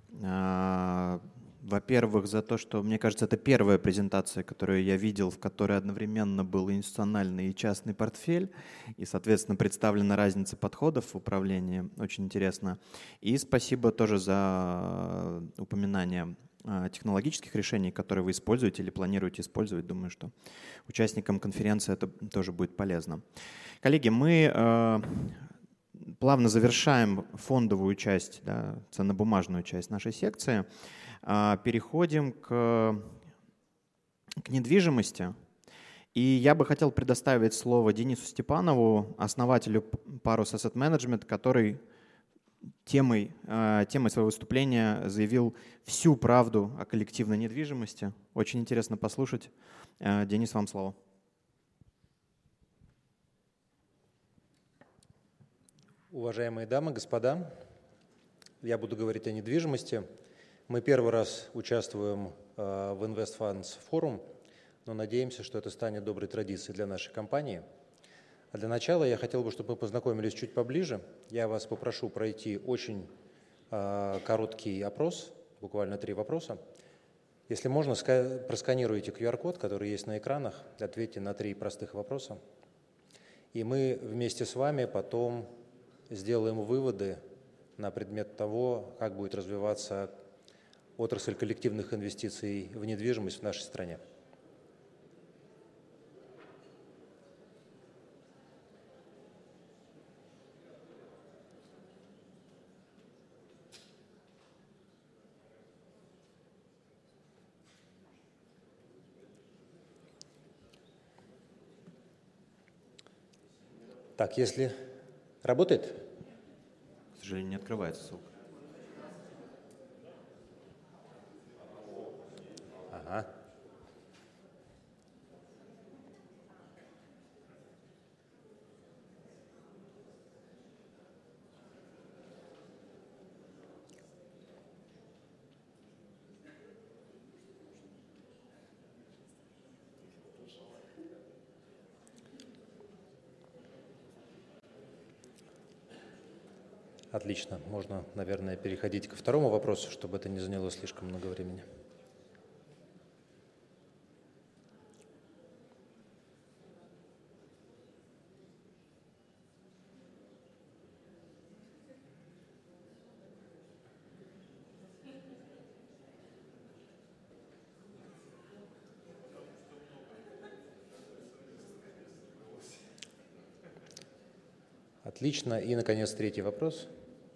Во-первых, за то, что, мне кажется, это первая презентация, которую я видел, в которой одновременно был институциональный и частный портфель, и, соответственно, представлена разница подходов в управлении. Очень интересно. И спасибо тоже за упоминание технологических решений, которые вы используете или планируете использовать. Думаю, что участникам конференции это тоже будет полезно. Коллеги, мы плавно завершаем фондовую часть, да, ценнобумажную часть нашей секции. Переходим к недвижимости. И я бы хотел предоставить слово Денису Степанову, основателю Parus Asset Management, который темой своего выступления заявил всю правду о коллективной недвижимости. Очень интересно послушать. Денис, вам слово. Уважаемые дамы, господа, я буду говорить о недвижимости. Мы первый раз участвуем в InvestFunds Forum, но надеемся, что это станет доброй традицией для нашей компании. А для начала я хотел бы, чтобы мы познакомились чуть поближе. Я вас попрошу пройти очень короткий опрос, буквально 3 вопроса. Если можно, просканируйте QR-код, который есть на экранах, ответьте на 3 простых вопроса. И мы вместе с вами потом сделаем выводы на предмет того, как будет развиваться отрасль коллективных инвестиций в недвижимость в нашей стране. Так, если работает? К сожалению, не открывается ссылка. Ага. Отлично. Можно, наверное, переходить ко второму вопросу, чтобы это не заняло слишком много времени. Отлично. И, наконец, третий вопрос.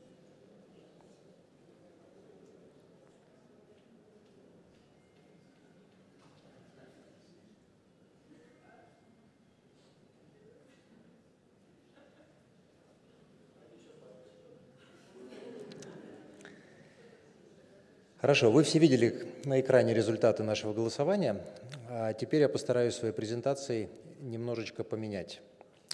Хорошо, вы все видели на экране результаты нашего голосования. А теперь я постараюсь своей презентацией немножечко поменять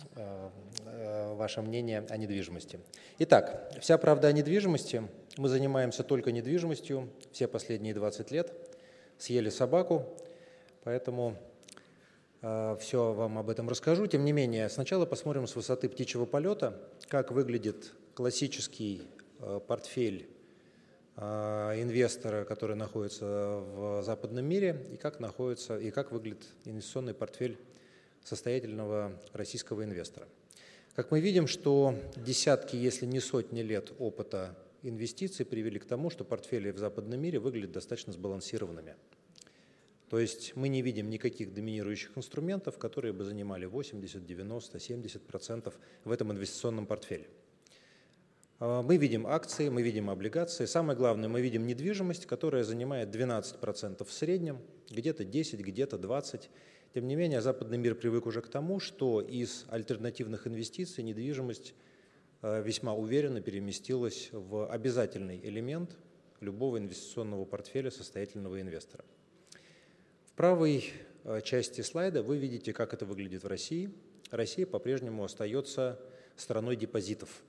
ваше мнение о недвижимости. Итак, вся правда о недвижимости. Мы занимаемся только недвижимостью все последние 20 лет. Съели собаку, поэтому все вам об этом расскажу. Тем не менее, сначала посмотрим с высоты птичьего полета, как выглядит классический портфель инвестора, который находится в западном мире, и как выглядит инвестиционный портфель состоятельного российского инвестора. Как мы видим, что десятки, если не сотни лет опыта инвестиций привели к тому, что портфели в западном мире выглядят достаточно сбалансированными. То есть мы не видим никаких доминирующих инструментов, которые бы занимали 80, 90, 70% в этом инвестиционном портфеле. Мы видим акции, мы видим облигации. Самое главное, мы видим недвижимость, которая занимает 12% в среднем, где-то 10, где-то 20%. Тем не менее, западный мир привык уже к тому, что из альтернативных инвестиций недвижимость весьма уверенно переместилась в обязательный элемент любого инвестиционного портфеля состоятельного инвестора. В правой части слайда вы видите, как это выглядит в России. Россия по-прежнему остается страной депозитов.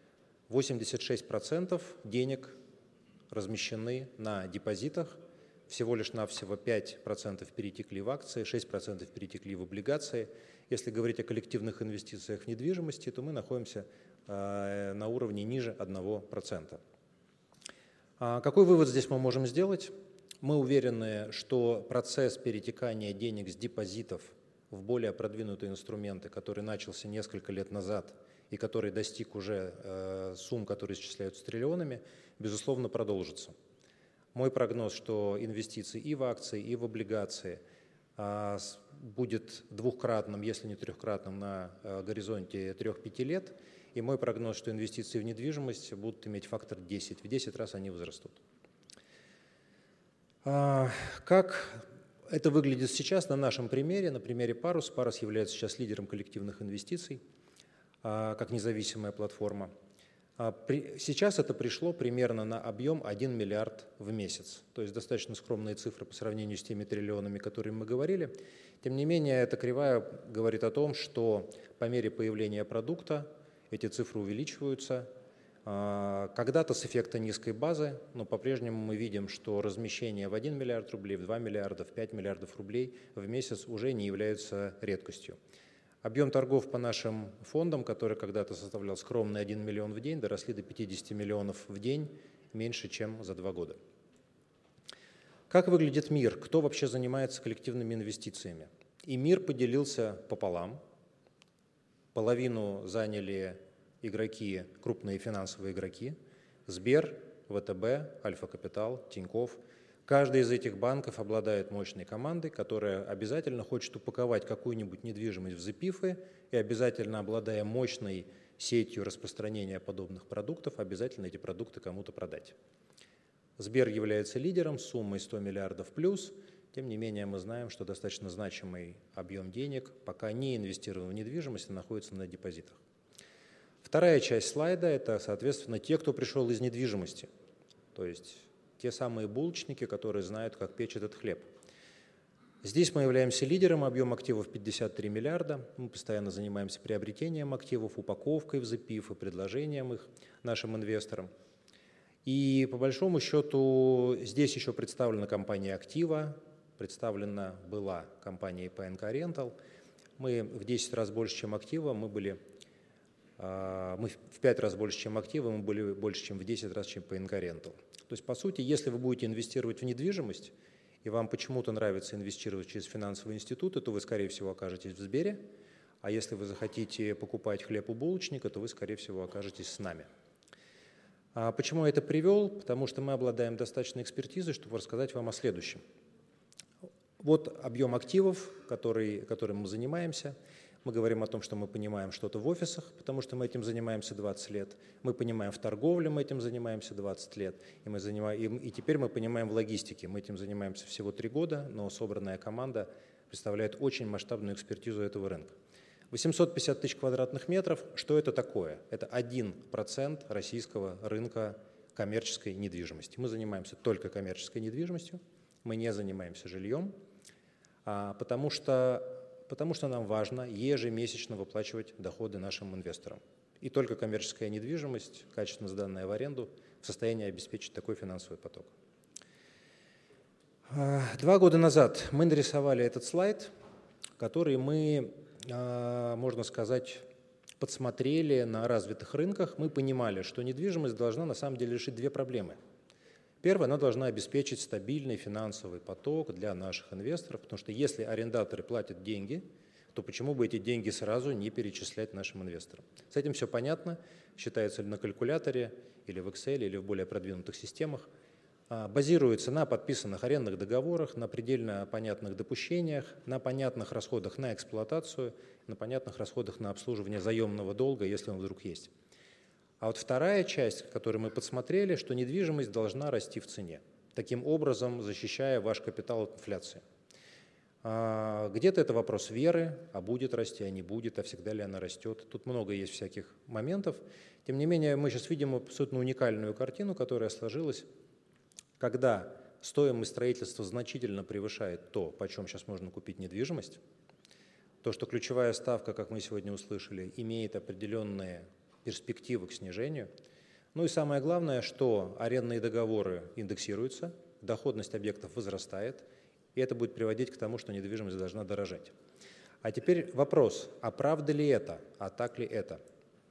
86% денег размещены на депозитах, всего лишь навсего 5% перетекли в акции, 6% перетекли в облигации. Если говорить о коллективных инвестициях в недвижимости, то мы находимся на уровне ниже 1%. Какой вывод здесь мы можем сделать? Мы уверены, что процесс перетекания денег с депозитов в более продвинутые инструменты, который начался несколько лет назад и который достиг уже сумм, которые исчисляются триллионами, безусловно, продолжится. Мой прогноз, что инвестиции и в акции, и в облигации будет двухкратным, если не трехкратным, на горизонте 3-5 лет. И мой прогноз, что инвестиции в недвижимость будут иметь фактор 10. В 10 раз они возрастут. Как это выглядит сейчас на нашем примере, на примере Parus? Parus является сейчас лидером коллективных инвестиций, как независимая платформа. Сейчас это пришло примерно на объем 1 миллиард в месяц. То есть достаточно скромные цифры по сравнению с теми триллионами, о которых мы говорили. Тем не менее, эта кривая говорит о том, что по мере появления продукта эти цифры увеличиваются. Когда-то с эффекта низкой базы, но по-прежнему мы видим, что размещение в 1 миллиард рублей, в 2 миллиарда, в 5 миллиардов рублей в месяц уже не является редкостью. Объем торгов по нашим фондам, который когда-то составлял скромный 1 миллион в день, доросли до 50 миллионов в день, меньше, чем за 2 года. Как выглядит мир? Кто вообще занимается коллективными инвестициями? И мир поделился пополам. Половину заняли игроки, крупные финансовые игроки, Сбер, ВТБ, Альфа-Капитал, Тинькофф. Каждый из этих банков обладает мощной командой, которая обязательно хочет упаковать какую-нибудь недвижимость в запифы и обязательно, обладая мощной сетью распространения подобных продуктов, обязательно эти продукты кому-то продать. Сбер является лидером с суммой 100 миллиардов плюс. Тем не менее, мы знаем, что достаточно значимый объем денег пока не инвестирован в недвижимость, а находится на депозитах. Вторая часть слайда – это, соответственно, те, кто пришел из недвижимости, то есть те самые булочники, которые знают, как печь этот хлеб. Здесь мы являемся лидером, объем активов 53 миллиарда. Мы постоянно занимаемся приобретением активов, упаковкой в запиф и предложением их нашим инвесторам. И по большому счету здесь еще представлена компания «Актива», представлена была компания ПНК Rental. Мы в 10 раз больше, чем «Актива», мы в 5 раз больше, чем «Актива», мы были больше, чем в 10 раз, чем ПНК Rental. То есть, по сути, если вы будете инвестировать в недвижимость, и вам почему-то нравится инвестировать через финансовые институты, то вы, скорее всего, окажетесь в Сбере, а если вы захотите покупать хлеб у булочника, то вы, скорее всего, окажетесь с нами. Почему я это привел? Потому что мы обладаем достаточной экспертизой, чтобы рассказать вам о следующем. Вот объем активов, которым мы занимаемся. Мы говорим о том, что мы понимаем что-то в офисах, потому что мы этим занимаемся 20 лет. Мы понимаем в торговле, мы этим занимаемся 20 лет. И теперь мы понимаем в логистике. Мы этим занимаемся всего 3 года, но собранная команда представляет очень масштабную экспертизу этого рынка. 850 тысяч квадратных метров. Что это такое? Это 1% российского рынка коммерческой недвижимости. Мы занимаемся только коммерческой недвижимостью, мы не занимаемся жильем, потому что нам важно ежемесячно выплачивать доходы нашим инвесторам. И только коммерческая недвижимость, качественно сданная в аренду, в состоянии обеспечить такой финансовый поток. 2 года назад мы нарисовали этот слайд, который мы, можно сказать, подсмотрели на развитых рынках. Мы понимали, что недвижимость должна на самом деле решить 2 проблемы. Первое, она должна обеспечить стабильный финансовый поток для наших инвесторов, потому что если арендаторы платят деньги, то почему бы эти деньги сразу не перечислять нашим инвесторам? С этим все понятно, считается ли на калькуляторе, или в Excel, или в более продвинутых системах. базируется на подписанных арендных договорах, на предельно понятных допущениях, на понятных расходах на эксплуатацию, на понятных расходах на обслуживание заемного долга, если он вдруг есть. А вот вторая часть, которую мы подсмотрели, что недвижимость должна расти в цене, таким образом защищая ваш капитал от инфляции. Где-то это вопрос веры, а будет расти, а не будет, а всегда ли она растет. Тут много есть всяких моментов. Тем не менее, мы сейчас видим абсолютно уникальную картину, которая сложилась, когда стоимость строительства значительно превышает то, почем сейчас можно купить недвижимость, то, что ключевая ставка, как мы сегодня услышали, имеет определенные перспективы к снижению. Ну и самое главное, что арендные договоры индексируются, доходность объектов возрастает, и это будет приводить к тому, что недвижимость должна дорожать. А теперь вопрос, а правда ли это, а так ли это?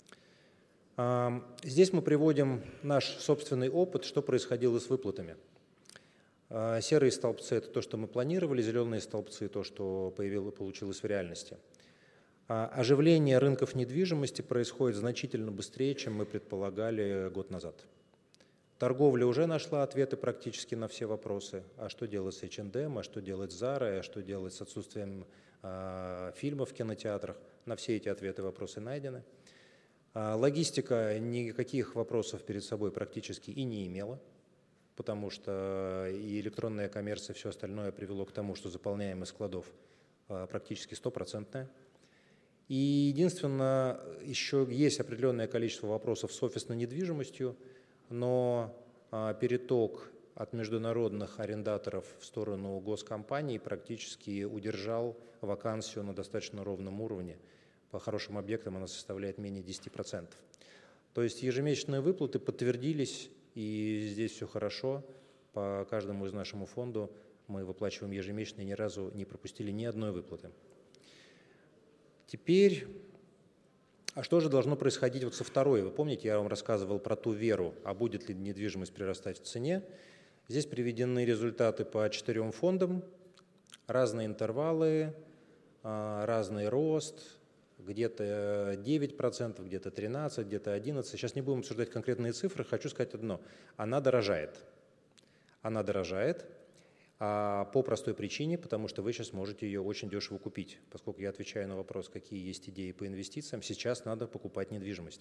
Здесь мы приводим наш собственный опыт, что происходило с выплатами. Серые столбцы – это то, что мы планировали, зеленые столбцы – то, что получилось в реальности. Оживление рынков недвижимости происходит значительно быстрее, чем мы предполагали год назад. Торговля уже нашла ответы практически на все вопросы. А что делать с H&M, а что делать с Zara, а что делать с отсутствием фильмов в кинотеатрах? На все эти ответы вопросы найдены. Логистика никаких вопросов перед собой практически и не имела, потому что и электронная коммерция, и все остальное привело к тому, что заполняемость складов практически 100%. И единственное, еще есть определенное количество вопросов с офисной недвижимостью, но переток от международных арендаторов в сторону госкомпаний практически удержал вакансию на достаточно ровном уровне. По хорошим объектам она составляет менее 10%. То есть ежемесячные выплаты подтвердились, и здесь все хорошо. По каждому из нашему фонду мы выплачиваем ежемесячно и ни разу не пропустили ни одной выплаты. Теперь, а что же должно происходить вот со второй? Вы помните, я вам рассказывал про ту веру, а будет ли недвижимость прирастать в цене. Здесь приведены результаты по 4 фондам, разные интервалы, разный рост, где-то 9%, где-то 13%, где-то 11%. Сейчас не будем обсуждать конкретные цифры, хочу сказать одно. Она дорожает. Она дорожает по простой причине, потому что вы сейчас можете ее очень дешево купить. Поскольку я отвечаю на вопрос, какие есть идеи по инвестициям, сейчас надо покупать недвижимость.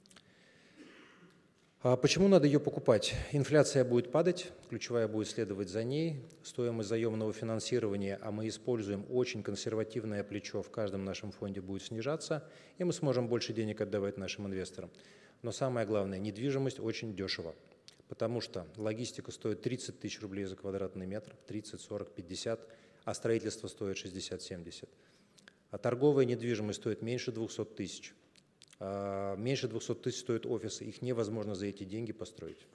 Почему надо ее покупать? Инфляция будет падать, ключевая будет следовать за ней. Стоимость заемного финансирования, а мы используем очень консервативное плечо в каждом нашем фонде, будет снижаться, и мы сможем больше денег отдавать нашим инвесторам. Но самое главное, недвижимость очень дешево, потому что логистика стоит 30 тысяч рублей за квадратный метр, 30, 40, 50, а строительство стоит 60-70. А торговая недвижимость стоит меньше 200 тысяч. Меньше 200 тысяч стоят офисы, их невозможно за эти деньги построить.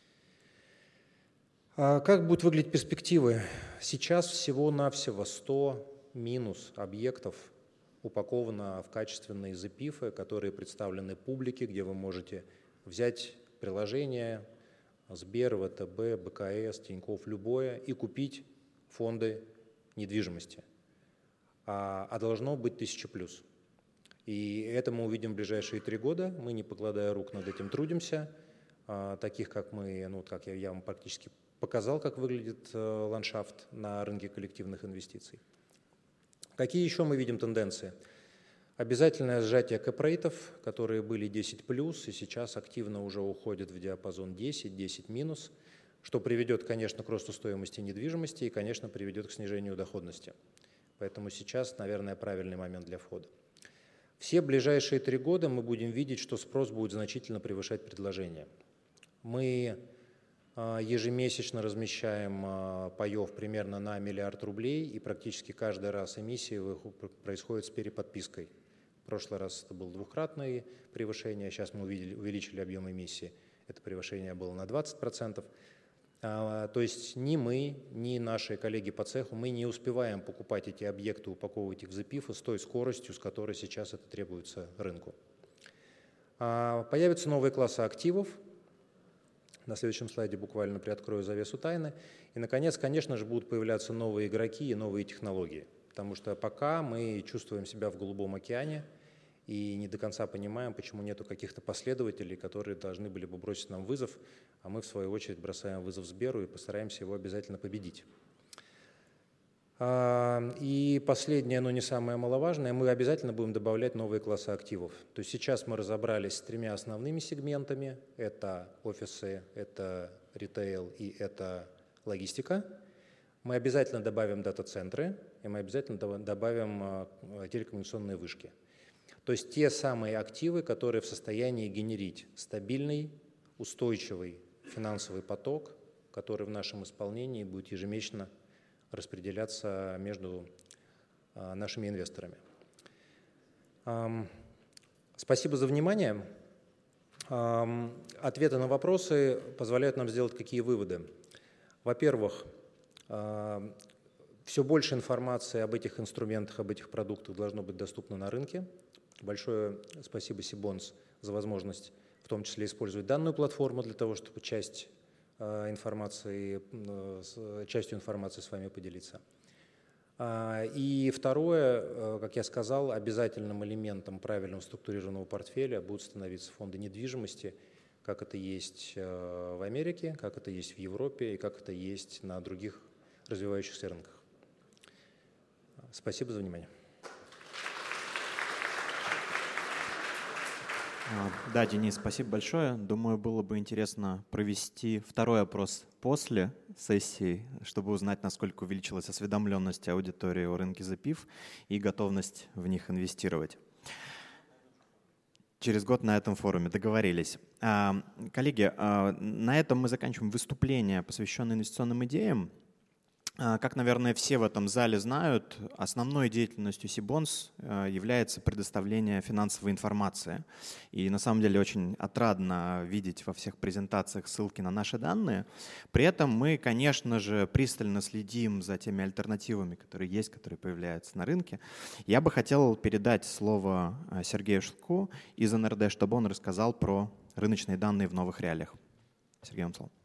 Как будут выглядеть перспективы? Сейчас всего-навсего 100 минус объектов упаковано в качественные запифы, которые представлены публике, где вы можете взять приложение Сбер, ВТБ, БКС, Тинькофф, любое, и купить фонды недвижимости. А должно быть 1000+. И это мы увидим в ближайшие 3 года. Мы, не покладая рук, над этим трудимся. Таких, как мы, как я вам практически показал, как выглядит ландшафт на рынке коллективных инвестиций. Какие еще мы видим тенденции? Обязательное сжатие кэп-рейтов, которые были 10+, и сейчас активно уже уходят в диапазон 10, 10-, что приведет, конечно, к росту стоимости недвижимости и, конечно, приведет к снижению доходности. Поэтому сейчас, наверное, правильный момент для входа. Все ближайшие 3 года мы будем видеть, что спрос будет значительно превышать предложение. Мы ежемесячно размещаем паев примерно на 1 миллиард рублей, и практически каждый раз эмиссия происходит с переподпиской. В прошлый раз это было 2-кратное превышение, сейчас мы увеличили объем эмиссии. Это превышение было на 20%. То есть ни мы, ни наши коллеги по цеху, мы не успеваем покупать эти объекты, упаковывать их в запифы с той скоростью, с которой сейчас это требуется рынку. Появятся новые классы активов. На следующем слайде буквально приоткрою завесу тайны. И, наконец, конечно же, будут появляться новые игроки и новые технологии. Потому что пока мы чувствуем себя в голубом океане, и не до конца понимаем, почему нету каких-то последователей, которые должны были бы бросить нам вызов, а мы, в свою очередь, бросаем вызов Сберу и постараемся его обязательно победить. И последнее, но не самое маловажное, мы обязательно будем добавлять новые классы активов. То есть сейчас мы разобрались с 3 основными сегментами. Это офисы, это ритейл и это логистика. Мы обязательно добавим дата-центры, и мы обязательно добавим телекоммуникационные вышки. То есть те самые активы, которые в состоянии генерить стабильный, устойчивый финансовый поток, который в нашем исполнении будет ежемесячно распределяться между нашими инвесторами. Спасибо за внимание. Ответы на вопросы позволяют нам сделать какие выводы. Во-первых, все больше информации об этих инструментах, об этих продуктах должно быть доступно на рынке. Большое спасибо Сибонс за возможность в том числе использовать данную платформу для того, чтобы частью информации с вами поделиться. И второе, как я сказал, обязательным элементом правильного структурированного портфеля будут становиться фонды недвижимости, как это есть в Америке, как это есть в Европе и как это есть на других развивающихся рынках. Спасибо за внимание. Да, Денис, спасибо большое. Думаю, было бы интересно провести второй опрос после сессии, чтобы узнать, насколько увеличилась осведомленность аудитории о рынке ЗПИФ и готовность в них инвестировать. Через год на этом форуме договорились. Коллеги, на этом мы заканчиваем выступление, посвященное инвестиционным идеям. Как, наверное, все в этом зале знают, основной деятельностью Сибонс является предоставление финансовой информации. И на самом деле очень отрадно видеть во всех презентациях ссылки на наши данные. При этом мы, конечно же, пристально следим за теми альтернативами, которые есть, которые появляются на рынке. Я бы хотел передать слово Сергею Шелко из НРД, чтобы он рассказал про рыночные данные в новых реалиях. Сергей, вам слово.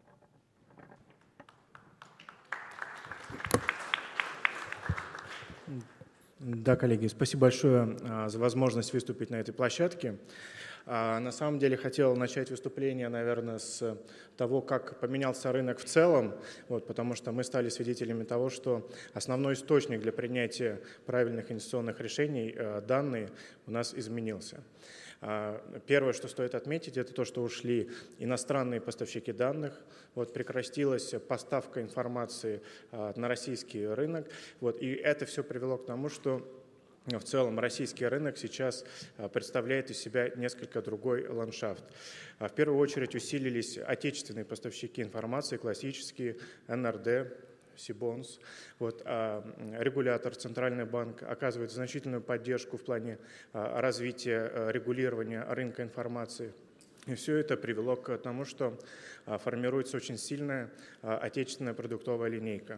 Да, коллеги, спасибо большое за возможность выступить на этой площадке. На самом деле хотел начать выступление, наверное, с того, как поменялся рынок в целом, потому что мы стали свидетелями того, что основной источник для принятия правильных инвестиционных решений, данные, у нас изменился. Первое, что стоит отметить, это то, что ушли иностранные поставщики данных, прекратилась поставка информации на российский рынок, и это все привело к тому, что в целом российский рынок сейчас представляет из себя несколько другой ландшафт. В первую очередь усилились отечественные поставщики информации, классические, НРД, Сибонс. Регулятор, Центральный банк оказывает значительную поддержку в плане развития регулирования рынка информации. И все это привело к тому, что формируется очень сильная отечественная продуктовая линейка.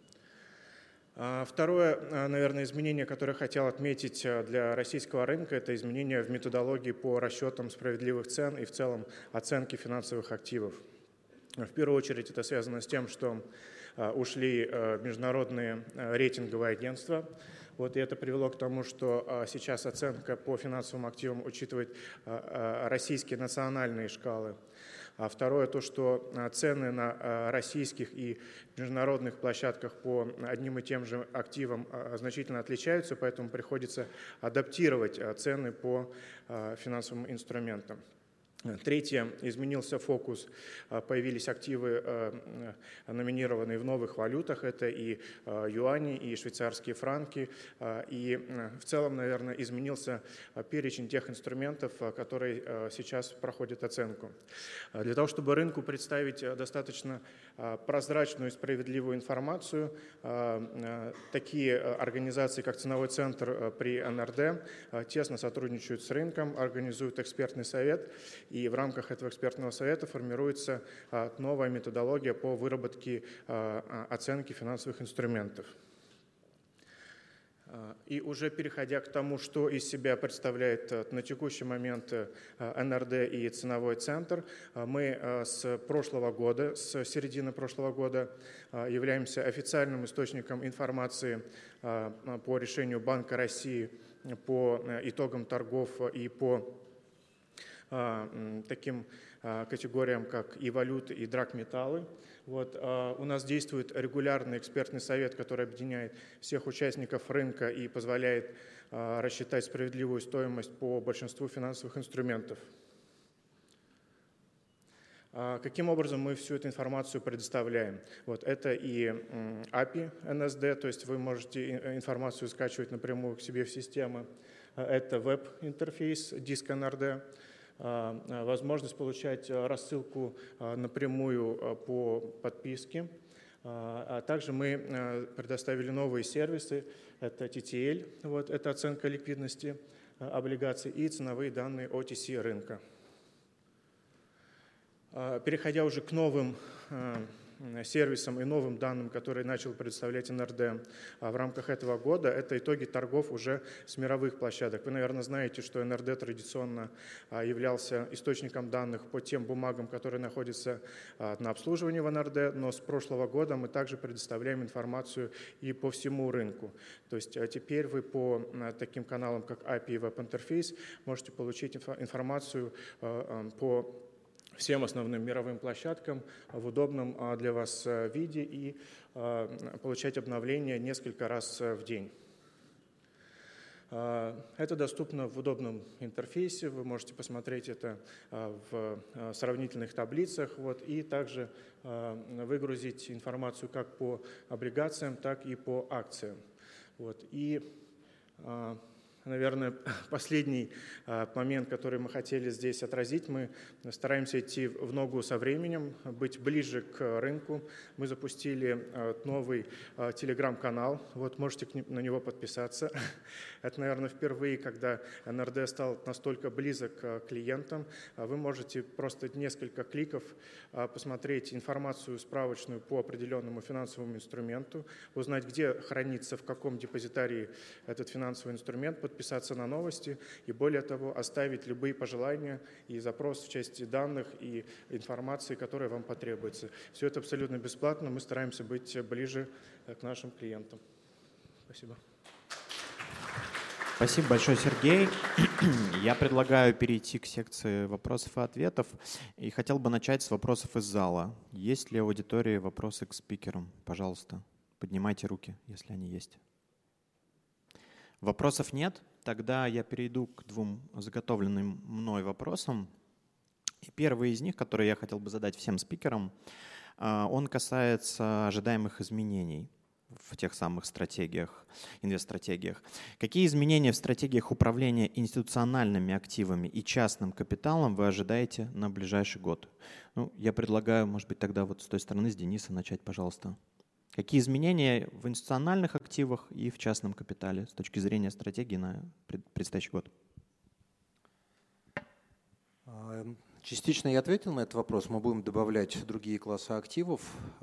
Второе, наверное, изменение, которое я хотел отметить для российского рынка, это изменение в методологии по расчетам справедливых цен и в целом оценки финансовых активов. В первую очередь это связано с тем, что ушли международные рейтинговые агентства. И это привело к тому, что сейчас оценка по финансовым активам учитывает российские национальные шкалы. А второе, то, что цены на российских и международных площадках по одним и тем же активам значительно отличаются, поэтому приходится адаптировать цены по финансовым инструментам. Третье, изменился фокус, появились активы, номинированные в новых валютах, это и юани, и швейцарские франки, и в целом, наверное, изменился перечень тех инструментов, которые сейчас проходят оценку. Для того, чтобы рынку представить достаточно прозрачную и справедливую информацию, такие организации, как Ценовой центр при НРД, тесно сотрудничают с рынком, организуют экспертный совет, и в рамках этого экспертного совета формируется новая методология по выработке оценки финансовых инструментов. И уже переходя к тому, что из себя представляет на текущий момент НРД и Ценовой центр, мы с прошлого года, с середины прошлого года являемся официальным источником информации по решению Банка России по итогам торгов и по таким категориям, как и валюты, и драгметаллы. Вот. У нас действует регулярный экспертный совет, который объединяет всех участников рынка и позволяет рассчитать справедливую стоимость по большинству финансовых инструментов. Каким образом мы всю эту информацию предоставляем? Вот это и API NSD, то есть вы можете информацию скачивать напрямую к себе в систему. Это веб-интерфейс диск NRD, возможность получать рассылку напрямую по подписке. А также мы предоставили новые сервисы, это TTL, вот, это оценка ликвидности облигаций, и ценовые данные OTC рынка. Переходя уже к новым сервисам и новым данным, которые начал предоставлять НРД в рамках этого года, это итоги торгов уже с мировых площадок. Вы, наверное, знаете, что НРД традиционно являлся источником данных по тем бумагам, которые находятся на обслуживании в НРД, но с прошлого года мы также предоставляем информацию и по всему рынку. То есть теперь вы по таким каналам, как API и Web Interface, можете получить информацию по всем основным мировым площадкам в удобном для вас виде и получать обновления несколько раз в день. Это доступно в удобном интерфейсе, вы можете посмотреть это в сравнительных таблицах, вот, и также выгрузить информацию как по облигациям, так и по акциям. Вот, и наверное, последний момент, который мы хотели здесь отразить, мы стараемся идти в ногу со временем, быть ближе к рынку. Мы запустили новый телеграм-канал, вот можете на него подписаться. Это, наверное, впервые, когда НРД стал настолько близок к клиентам. Вы можете просто несколько кликов посмотреть информацию справочную по определенному финансовому инструменту, узнать, где хранится, в каком депозитарии этот финансовый инструмент, подписаться на новости и, более того, оставить любые пожелания и запрос в части данных и информации, которая вам потребуется. Все это абсолютно бесплатно, мы стараемся быть ближе к нашим клиентам. Спасибо. Спасибо большое, Сергей. Я предлагаю перейти к секции вопросов и ответов. И хотел бы начать с вопросов из зала. Есть ли у аудитории вопросы к спикерам? Пожалуйста, поднимайте руки, если они есть. Вопросов нет? Тогда я перейду к двум заготовленным мной вопросам. И первый из них, который я хотел бы задать всем спикерам, он касается ожидаемых изменений в тех самых стратегиях, инвестстратегиях. Какие изменения в стратегиях управления институциональными активами и частным капиталом вы ожидаете на ближайший год? Ну, я предлагаю, может быть, тогда вот с той стороны, с Дениса начать, пожалуйста. Какие изменения в институциональных активах и в частном капитале с точки зрения стратегии на предстоящий год? Частично я ответил на этот вопрос. Мы будем добавлять другие классы активов.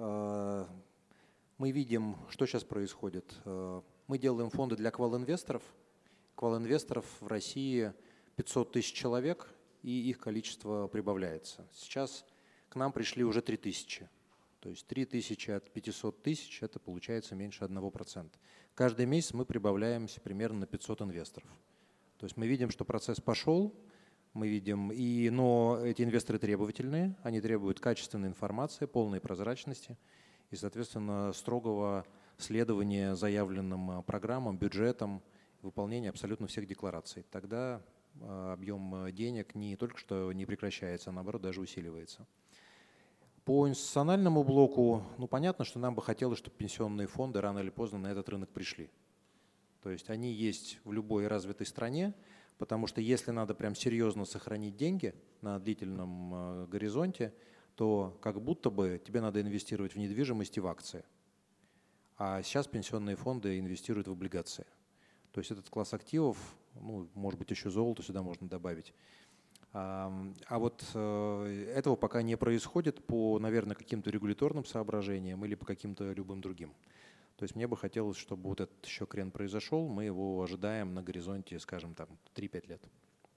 Мы видим, что сейчас происходит. Мы делаем фонды для квал-инвесторов. Квал-инвесторов в России 500 тысяч человек, и их количество прибавляется. Сейчас к нам пришли уже 3000. То есть 3000 от 500 тысяч – это получается меньше 1%. Каждый месяц мы прибавляемся примерно на 500 инвесторов. То есть мы видим, что процесс пошел, мы видим, но эти инвесторы требовательные, они требуют качественной информации, полной прозрачности и, соответственно, строгого следования заявленным программам, бюджетам, выполнения абсолютно всех деклараций. Тогда объем денег не только что не прекращается, а наоборот даже усиливается. По институциональному блоку, понятно, что нам бы хотелось, чтобы пенсионные фонды рано или поздно на этот рынок пришли. То есть они есть в любой развитой стране, потому что если надо прям серьезно сохранить деньги на длительном горизонте, то как будто бы тебе надо инвестировать в недвижимость и в акции. А сейчас пенсионные фонды инвестируют в облигации. То есть этот класс активов, может быть, еще золото сюда можно добавить. А вот этого пока не происходит по, наверное, каким-то регуляторным соображениям или по каким-то любым другим. То есть мне бы хотелось, чтобы вот этот еще крен произошел, мы его ожидаем на горизонте, скажем, 3-5 лет.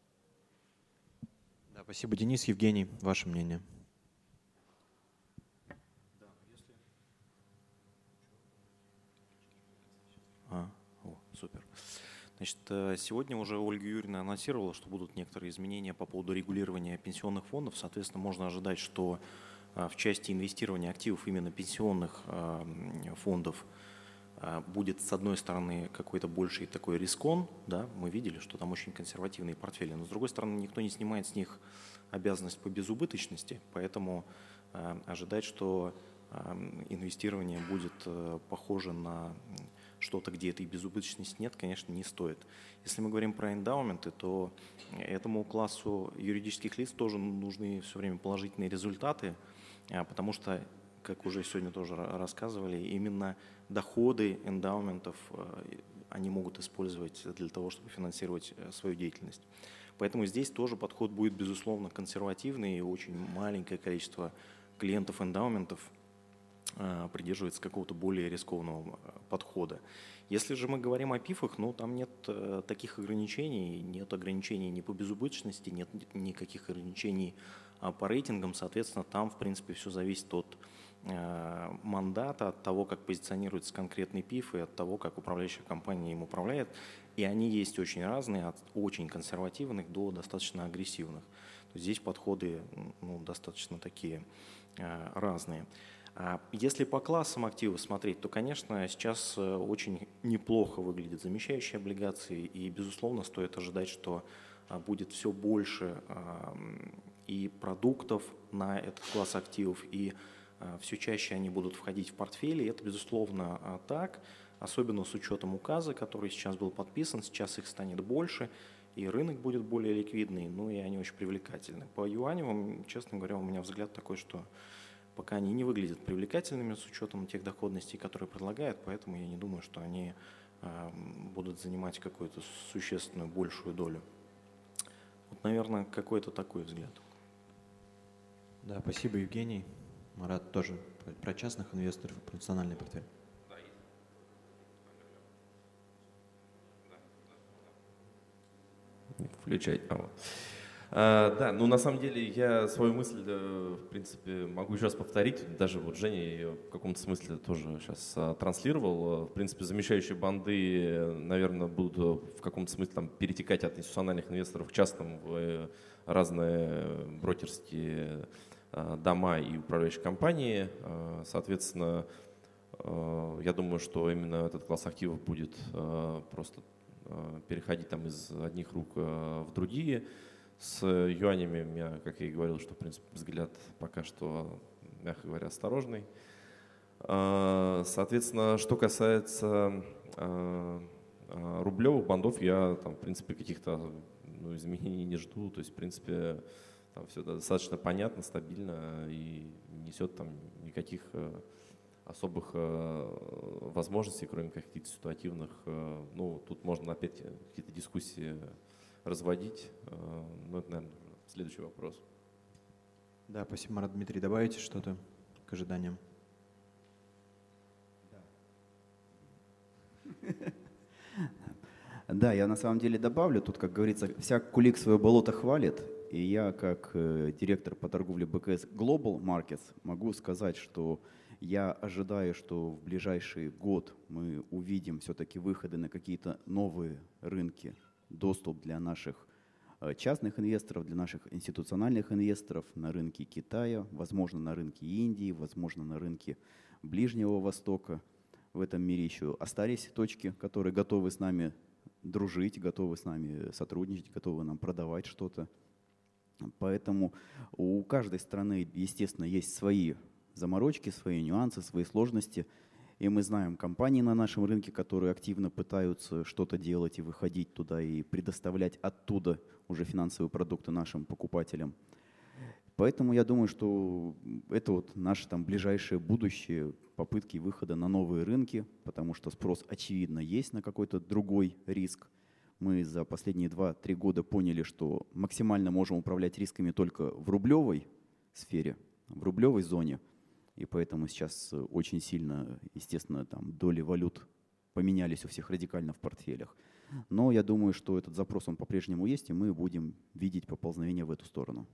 Да, спасибо, Денис. Евгений, ваше мнение? Супер. Значит, сегодня уже Ольга Юрьевна анонсировала, что будут некоторые изменения по поводу регулирования пенсионных фондов. Соответственно, можно ожидать, что в части инвестирования активов именно пенсионных фондов будет, с одной стороны, какой-то больший такой рискон, да, мы видели, что там очень консервативные портфели, но с другой стороны, никто не снимает с них обязанность по безубыточности, поэтому ожидать, что инвестирование будет похоже на что-то, где этой безубыточности нет, конечно, не стоит. Если мы говорим про эндаументы, то этому классу юридических лиц тоже нужны все время положительные результаты, потому что, как уже сегодня тоже рассказывали, именно доходы эндаументов они могут использовать для того, чтобы финансировать свою деятельность. Поэтому здесь тоже подход будет, безусловно, консервативный, и очень маленькое количество клиентов эндаументов придерживается какого-то более рискованного подхода. Если же мы говорим о ПИФах, ну там нет таких ограничений, нет ограничений ни по безубыточности, нет никаких ограничений по рейтингам, соответственно, там, в принципе, все зависит от мандата, от того, как позиционируется конкретный ПИФ и от того, как управляющая компания им управляет. И они есть очень разные, от очень консервативных до достаточно агрессивных. То есть здесь подходы достаточно такие разные. Если по классам активов смотреть, то, конечно, сейчас очень неплохо выглядят замещающие облигации, и, безусловно, стоит ожидать, что будет все больше и продуктов на этот класс активов, и все чаще они будут входить в портфели. И это, безусловно, так, особенно с учетом указа, который сейчас был подписан, сейчас их станет больше, и рынок будет более ликвидный, ну и они очень привлекательны. По юаневым, честно говоря, у меня взгляд такой, что пока они не выглядят привлекательными с учетом тех доходностей, которые предлагают, поэтому я не думаю, что они будут занимать какую-то существенную большую долю. Вот, наверное, какой-то такой взгляд. Да, спасибо, Евгений. Марат тоже про частных инвесторов и про национальный портфель. Включай. Да, ну на самом деле я свою мысль, в принципе, могу еще раз повторить. Даже вот Женя ее в каком-то смысле тоже сейчас транслировал. В принципе, замещающие банды, наверное, будут в каком-то смысле там перетекать от институциональных инвесторов к частным в разные брокерские дома и управляющие компании. Соответственно, я думаю, что именно этот класс активов будет просто переходить там из одних рук в другие. С юанями у меня, как я и говорил, что, в принципе, взгляд пока что, мягко говоря, осторожный. Соответственно, что касается рублевых бандов, я там, в принципе, каких-то изменений не жду. То есть, в принципе, там все достаточно понятно, стабильно и не несет там никаких особых возможностей, кроме каких-то ситуативных. Ну, тут можно опять какие-то дискуссии разводить. Ну, это, наверное, следующий вопрос. Да, спасибо, Марат. Дмитрий, добавите что-то к ожиданиям? Да, я на самом деле добавлю. Тут, как говорится, всяк кулик свое болото хвалит. И я, как директор по торговле БКС Global Markets, могу сказать, что я ожидаю, что в ближайший год мы увидим все-таки выходы на какие-то новые рынки, доступ для наших частных инвесторов, для наших институциональных инвесторов на рынке Китая, возможно, на рынке Индии, возможно, на рынке Ближнего Востока. В этом мире еще остались точки, которые готовы с нами дружить, готовы с нами сотрудничать, готовы нам продавать что-то. Поэтому у каждой страны, естественно, есть свои заморочки, свои нюансы, свои сложности. И мы знаем компании на нашем рынке, которые активно пытаются что-то делать и выходить туда, и предоставлять оттуда уже финансовые продукты нашим покупателям. Поэтому я думаю, что это вот наши там ближайшие будущие попытки выхода на новые рынки, потому что спрос, очевидно, есть на какой-то другой риск. Мы за последние 2-3 года поняли, что максимально можем управлять рисками только в рублевой сфере, в рублевой зоне. И поэтому сейчас очень сильно, естественно, там доли валют поменялись у всех радикально в портфелях. Но я думаю, что этот запрос он по-прежнему есть, и мы будем видеть поползновение в эту сторону.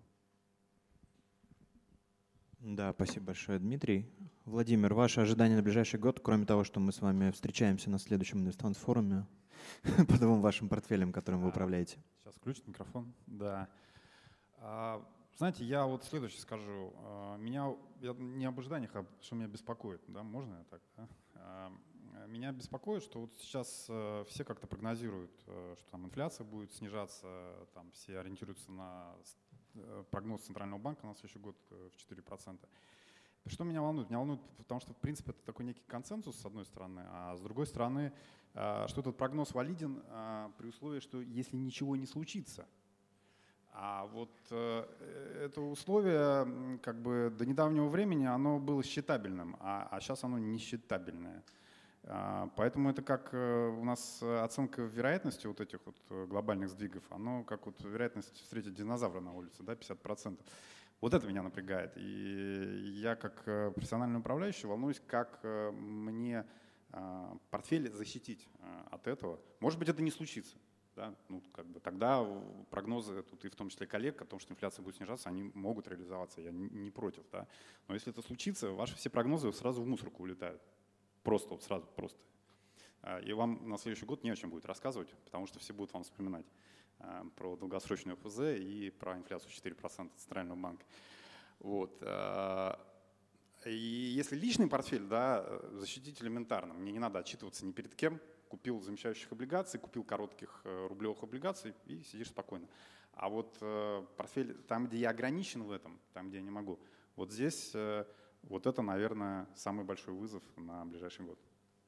Да, спасибо большое, Дмитрий. Владимир, ваши ожидания на ближайший год, кроме того, что мы с вами встречаемся на следующем инвестфоруме? по двум вашим портфелям, которым вы управляете. Сейчас включит микрофон. Да. Знаете, я вот следующее скажу. Я не об ожиданиях, а что меня беспокоит. Да? Можно я так? Да? Меня беспокоит, что вот сейчас все как-то прогнозируют, что там инфляция будет снижаться, там все ориентируются на прогноз Центрального банка на следующий год в 4%. Что меня волнует? Меня волнует, потому что, в принципе, это такой некий консенсус, с одной стороны, а с другой стороны, что этот прогноз валиден при условии, что если ничего не случится. А вот это условие как бы до недавнего времени оно было считабельным, а сейчас оно несчитабельное. Поэтому это как у нас оценка вероятности вот этих вот глобальных сдвигов, оно как вот вероятность встретить динозавра на улице, да, 50%. Вот это меня напрягает. И я как профессиональный управляющий волнуюсь, как мне портфель защитить от этого. Может быть, это не случится. Да? Ну, как бы тогда прогнозы, тут и в том числе коллег, о том, что инфляция будет снижаться, они могут реализоваться, я не против. Да? Но если это случится, ваши все прогнозы сразу в мусорку улетают. Просто, вот сразу, просто. И вам на следующий год не о чем будет рассказывать, потому что все будут вам вспоминать про долгосрочную ФЗ и про инфляцию 4% Центрального банка. Вот. И если личный портфель, да, защитить элементарно. Мне не надо отчитываться ни перед кем. Купил замещающих облигаций, купил коротких рублевых облигаций и сидишь спокойно. А вот портфель, там, где я ограничен в этом, там, где я не могу, вот здесь, вот это, наверное, самый большой вызов на ближайший год.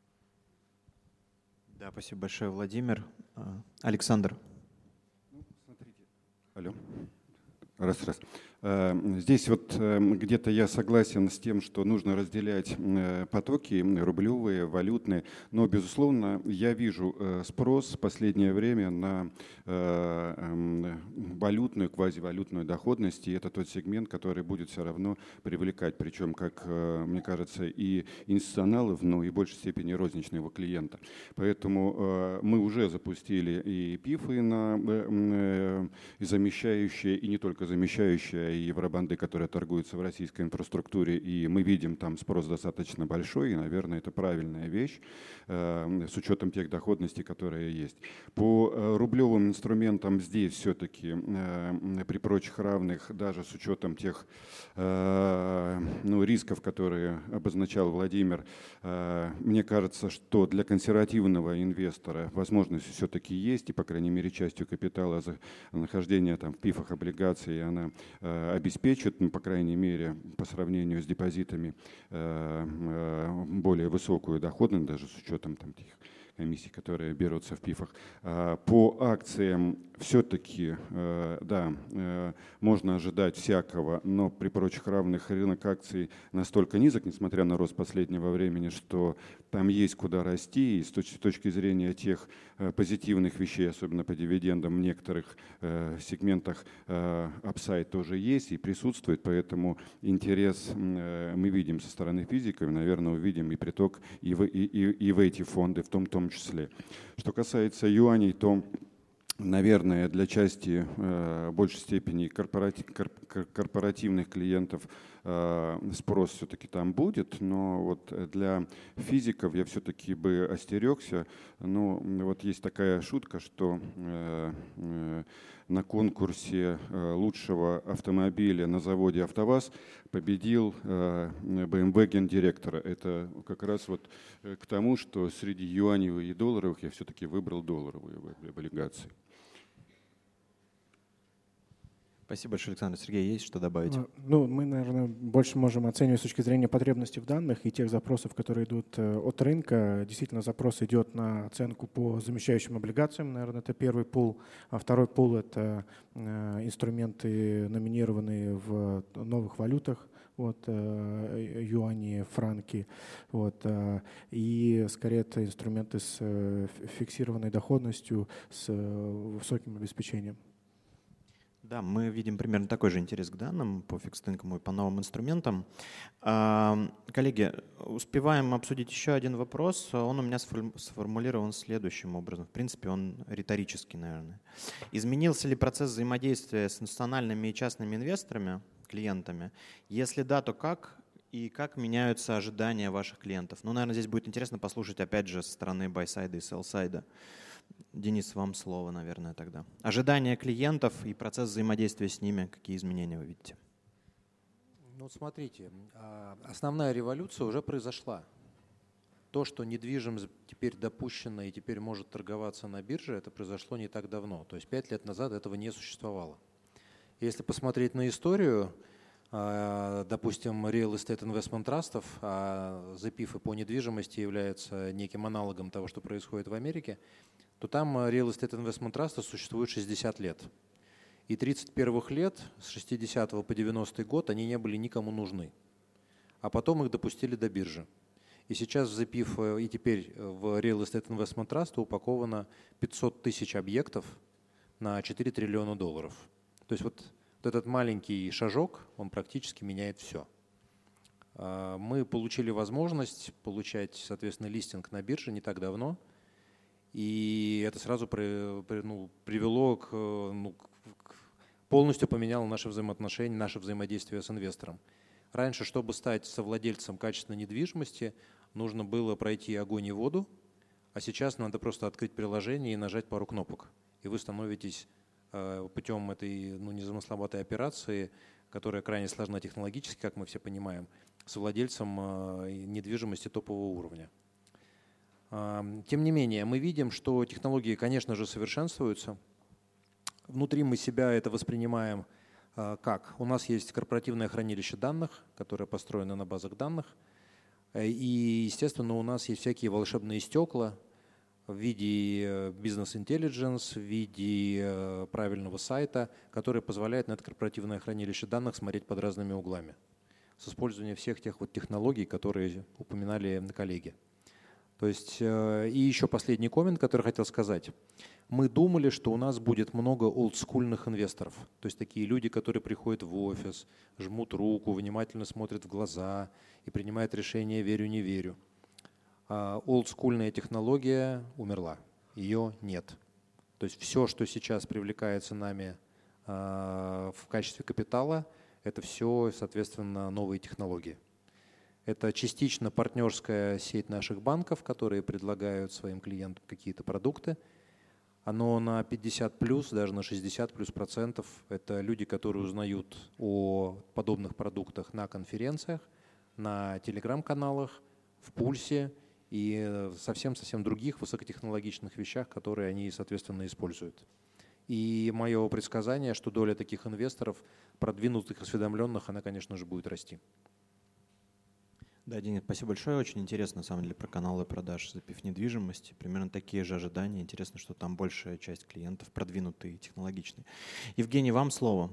Да, спасибо большое, Владимир. Александр. Смотрите. Алло. Раз. Здесь вот где-то я согласен с тем, что нужно разделять потоки рублевые, валютные, но, безусловно, я вижу спрос в последнее время на валютную, квазивалютную доходность, и это тот сегмент, который будет все равно привлекать, причем, как мне кажется, и институционалов, но и в большей степени розничного клиента. Поэтому мы уже запустили и ПИФы на замещающие, и не только замещающие, и евробанды, которые торгуются в российской инфраструктуре, и мы видим там спрос достаточно большой, и, наверное, это правильная вещь с учетом тех доходностей, которые есть. По рублевым инструментам здесь все-таки при прочих равных, даже с учетом тех рисков, которые обозначал Владимир, мне кажется, что для консервативного инвестора возможность все-таки есть, и, по крайней мере, частью капитала за нахождение там в ПИФах облигаций она обеспечит, по крайней мере, по сравнению с депозитами, более высокую доходность, даже с учетом там тех комиссий, которые берутся в ПИФах. По акциям все-таки, да, можно ожидать всякого, но при прочих равных рынок акций настолько низок, несмотря на рост последнего времени, что там есть куда расти, и с точки зрения тех позитивных вещей, особенно по дивидендам, в некоторых сегментах апсайд тоже есть и присутствует, поэтому интерес мы видим со стороны физиков, наверное, увидим и приток и в эти фонды в том числе. Что касается юаней, то, наверное, для части в большей степени корпоративных клиентов спрос все-таки там будет, но вот для физиков я все-таки бы остерегся. Ну, вот есть такая шутка, что на конкурсе лучшего автомобиля на заводе «АвтоВАЗ» победил BMW гендиректора. Это как раз вот к тому, что среди юаневых и долларовых я все-таки выбрал долларовые облигации. Спасибо большое, Александр. Сергей, есть что добавить? Ну, мы, наверное, больше можем оценивать с точки зрения потребностей в данных и тех запросов, которые идут от рынка. Действительно, запрос идет на оценку по замещающим облигациям, наверное, это первый пул. А второй пул – это инструменты, номинированные в новых валютах. Вот, юани, франки, вот, и скорее это инструменты с фиксированной доходностью, с высоким обеспечением. Да, мы видим примерно такой же интерес к данным по фикс-инкому и по новым инструментам. Коллеги, успеваем обсудить еще один вопрос. Он у меня сформулирован следующим образом. В принципе, он риторический, наверное. Изменился ли процесс взаимодействия с институциональными и частными инвесторами, клиентами? Если да, то как? И как меняются ожидания ваших клиентов? Ну, наверное, здесь будет интересно послушать, опять же, со стороны buy-сайда и sell-сайда. Денис, вам слово, наверное, тогда. Ожидания клиентов и процесс взаимодействия с ними, какие изменения вы видите? Ну, смотрите, основная революция уже произошла. То, что недвижимость теперь допущена и теперь может торговаться на бирже, это произошло не так давно. То есть 5 лет назад этого не существовало. Если посмотреть на историю, допустим, Real Estate Investment Trust'ов, ZPIF по недвижимости является неким аналогом того, что происходит в Америке, то там Real Estate Investment Trust существует 60 лет. И 30 первых лет, с 60 по 90 год, они не были никому нужны. А потом их допустили до биржи. И сейчас в ZPIF и теперь в Real Estate Investment Trust упаковано 500 тысяч объектов на 4 триллиона долларов. То есть вот этот маленький шажок, он практически меняет все. Мы получили возможность получать, соответственно, листинг на бирже не так давно. И это сразу привело полностью поменяло наши взаимоотношения, наше взаимодействие с инвестором. Раньше, чтобы стать совладельцем качественной недвижимости, нужно было пройти огонь и воду, а сейчас надо просто открыть приложение и нажать пару кнопок. И вы становитесь путем этой незамысловатой операции, которая крайне сложна технологически, как мы все понимаем, совладельцем недвижимости топового уровня. Тем не менее, мы видим, что технологии, конечно же, совершенствуются. Внутри мы себя это воспринимаем как? У нас есть корпоративное хранилище данных, которое построено на базах данных. И, естественно, у нас есть всякие волшебные стекла в виде бизнес-интеллигенс, в виде правильного сайта, который позволяет на это корпоративное хранилище данных смотреть под разными углами с использованием всех тех вот технологий, которые упоминали коллеги. То есть, и еще последний коммент, который хотел сказать. Мы думали, что у нас будет много олдскульных инвесторов. То есть такие люди, которые приходят в офис, жмут руку, внимательно смотрят в глаза и принимают решение «верю, не верю». Олдскульная технология умерла. Ее нет. То есть все, что сейчас привлекается нами в качестве капитала, это все, соответственно, новые технологии. Это частично партнерская сеть наших банков, которые предлагают своим клиентам какие-то продукты. Оно на 50+, даже на 60+%. Это люди, которые узнают о подобных продуктах на конференциях, на телеграм-каналах, в Пульсе и совсем-совсем других высокотехнологичных вещах, которые они, соответственно, используют. И мое предсказание, что доля таких инвесторов, продвинутых, осведомленных, она, конечно же, будет расти. Да, Денис, спасибо большое. Очень интересно, на самом деле, про каналы продаж ZPIF недвижимости. Примерно такие же ожидания. Интересно, что там большая часть клиентов продвинутые и технологичные. Евгений, вам слово.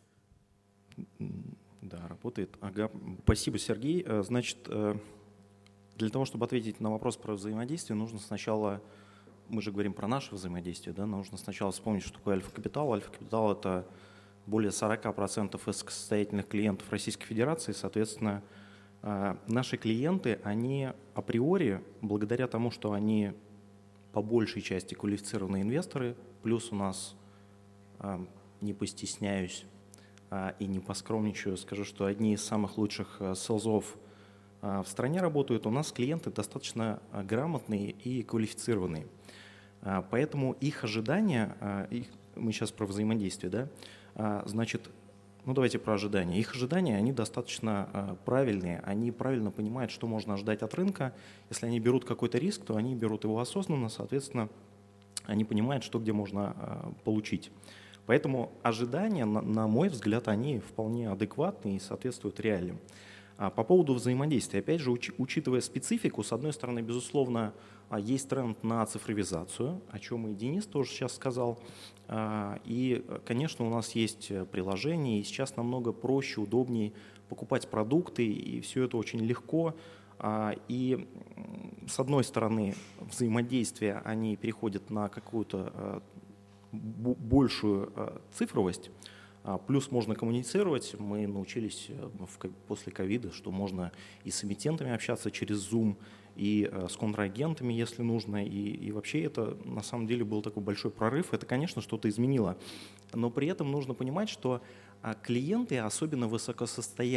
Да, работает. Ага. Спасибо, Сергей. Значит, для того, чтобы ответить на вопрос про взаимодействие, нужно сначала, мы же говорим про наше взаимодействие, да, нужно сначала вспомнить, что такое альфа-капитал. Альфа-капитал – это более 40% высокосостоятельных клиентов Российской Федерации, соответственно, наши клиенты, они априори, благодаря тому, что они по большей части квалифицированные инвесторы, плюс у нас, не постесняюсь и не поскромничаю, скажу, что одни из самых лучших селзов в стране работают, у нас клиенты достаточно грамотные и квалифицированные. Поэтому их ожидания, мы сейчас про взаимодействие, да, значит, ну, давайте про ожидания. Их ожидания, они достаточно правильные, они правильно понимают, что можно ожидать от рынка. Если они берут какой-то риск, то они берут его осознанно, соответственно, они понимают, что где можно получить. Поэтому ожидания, на мой взгляд, они вполне адекватны и соответствуют реалиям. По поводу взаимодействия, опять же, учитывая специфику, с одной стороны, безусловно, есть тренд на цифровизацию, о чем и Денис тоже сейчас сказал. И, конечно, у нас есть приложение, и сейчас намного проще, удобнее покупать продукты, и все это очень легко. И, с одной стороны, взаимодействия, они переходят на какую-то большую цифровость, плюс можно коммуницировать. Мы научились после ковида, что можно и с эмитентами общаться через Zoom, и с контрагентами, если нужно. И вообще это на самом деле был такой большой прорыв. Это, конечно, что-то изменило. Но при этом нужно понимать, что клиенты, особенно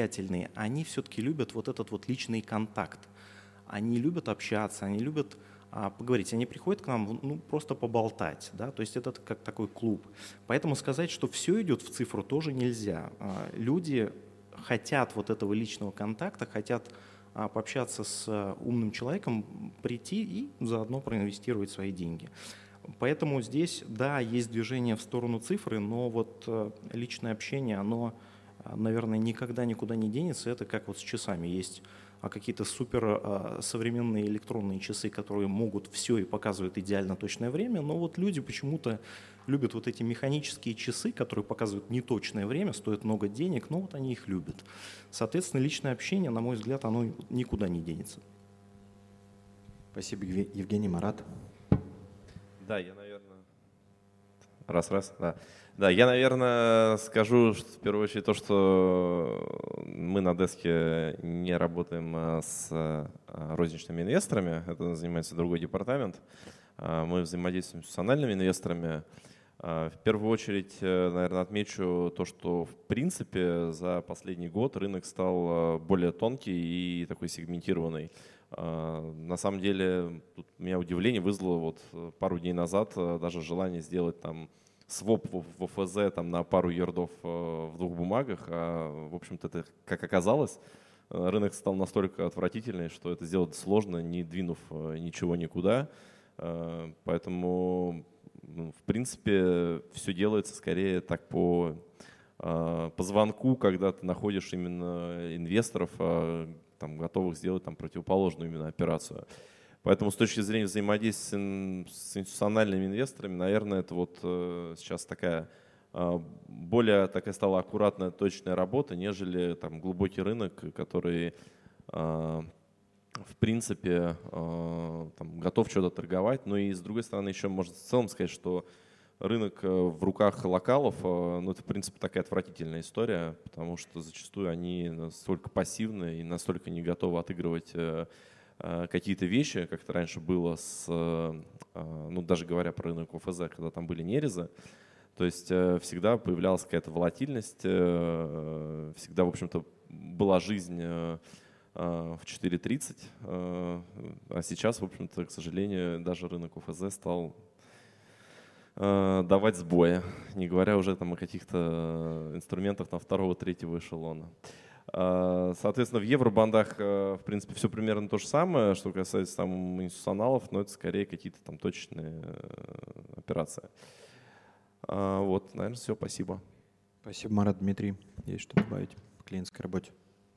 высокосостоятельные, они все-таки любят вот этот вот личный контакт. Они любят общаться, они любят поговорить. Они приходят к нам просто поболтать, да, то есть это как такой клуб. Поэтому сказать, что все идет в цифру, тоже нельзя. Люди хотят вот этого личного контакта, хотят пообщаться с умным человеком, прийти и заодно проинвестировать свои деньги. Поэтому здесь, да, есть движение в сторону цифры, но вот личное общение, оно, наверное, никогда никуда не денется. Это как вот с часами. Есть какие-то супер современные электронные часы, которые могут все и показывают идеально точное время, но вот люди почему-то любят вот эти механические часы, которые показывают неточное время, стоят много денег, но вот они их любят. Соответственно, личное общение, на мой взгляд, оно никуда не денется. Спасибо, Евгений. Марат? Да, я, наверное... Да, я, наверное, скажу, что в первую очередь то, что мы на деске не работаем с розничными инвесторами, это занимается другой департамент. Мы взаимодействуем с институциональными инвесторами. В первую очередь, наверное, отмечу то, что в принципе за последний год рынок стал более тонкий и такой сегментированный. На самом деле, тут меня удивление вызвало вот пару дней назад даже желание сделать там своп в ОФЗ там, на пару ярдов в двух бумагах. В общем-то, это, как оказалось, рынок стал настолько отвратительный, что это сделать сложно, не двинув ничего никуда. Поэтому, в принципе, все делается скорее так по звонку, когда ты находишь именно инвесторов, там, готовых сделать там, противоположную именно операцию. Поэтому с точки зрения взаимодействия с институциональными инвесторами, наверное, это вот сейчас такая более такая стала аккуратная, точная работа, нежели там, глубокий рынок, который в принципе там, готов что-то торговать. Но и с другой стороны еще можно в целом сказать, что рынок в руках локалов, ну, это в принципе такая отвратительная история, потому что зачастую они настолько пассивны и настолько не готовы отыгрывать какие-то вещи, как это раньше было с, ну, даже говоря про рынок ОФЗ, когда там были нерезы. То есть всегда появлялась какая-то волатильность, всегда, в общем-то, была жизнь в 4.30, а сейчас, в общем-то, к сожалению, даже рынок ОФЗ стал давать сбои, не говоря уже там о каких-то инструментах на второго-третьего эшелона. Соответственно, в евробандах, в принципе, все примерно то же самое, что касается там институционалов, но это скорее какие-то там точечные операции. Вот, наверное, все. Спасибо. Спасибо, Марат. Дмитрий, есть что добавить в клиентской работе?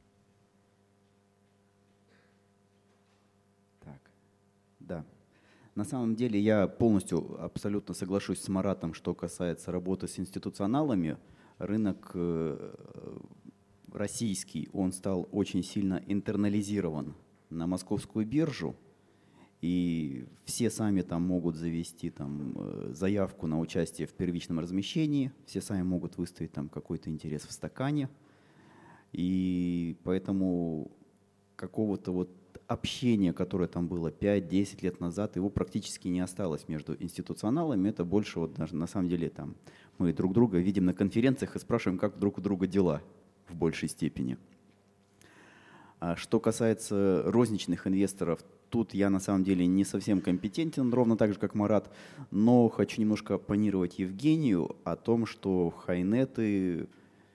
Так, да. На самом деле я полностью абсолютно соглашусь с Маратом, что касается работы с институционалами. Рынок российский, он стал очень сильно интернализирован на московскую биржу, и все сами там могут завести там заявку на участие в первичном размещении, все сами могут выставить там какой-то интерес в стакане, и поэтому какого-то вот общения, которое там было 5-10 лет назад, его практически не осталось между институционалами. Это больше вот даже, на самом деле там мы друг друга видим на конференциях и спрашиваем, как друг у друга дела в большей степени. А что касается розничных инвесторов, тут я на самом деле не совсем компетентен, ровно так же, как Марат, но хочу немножко оппонировать Евгению о том, что хайнеты,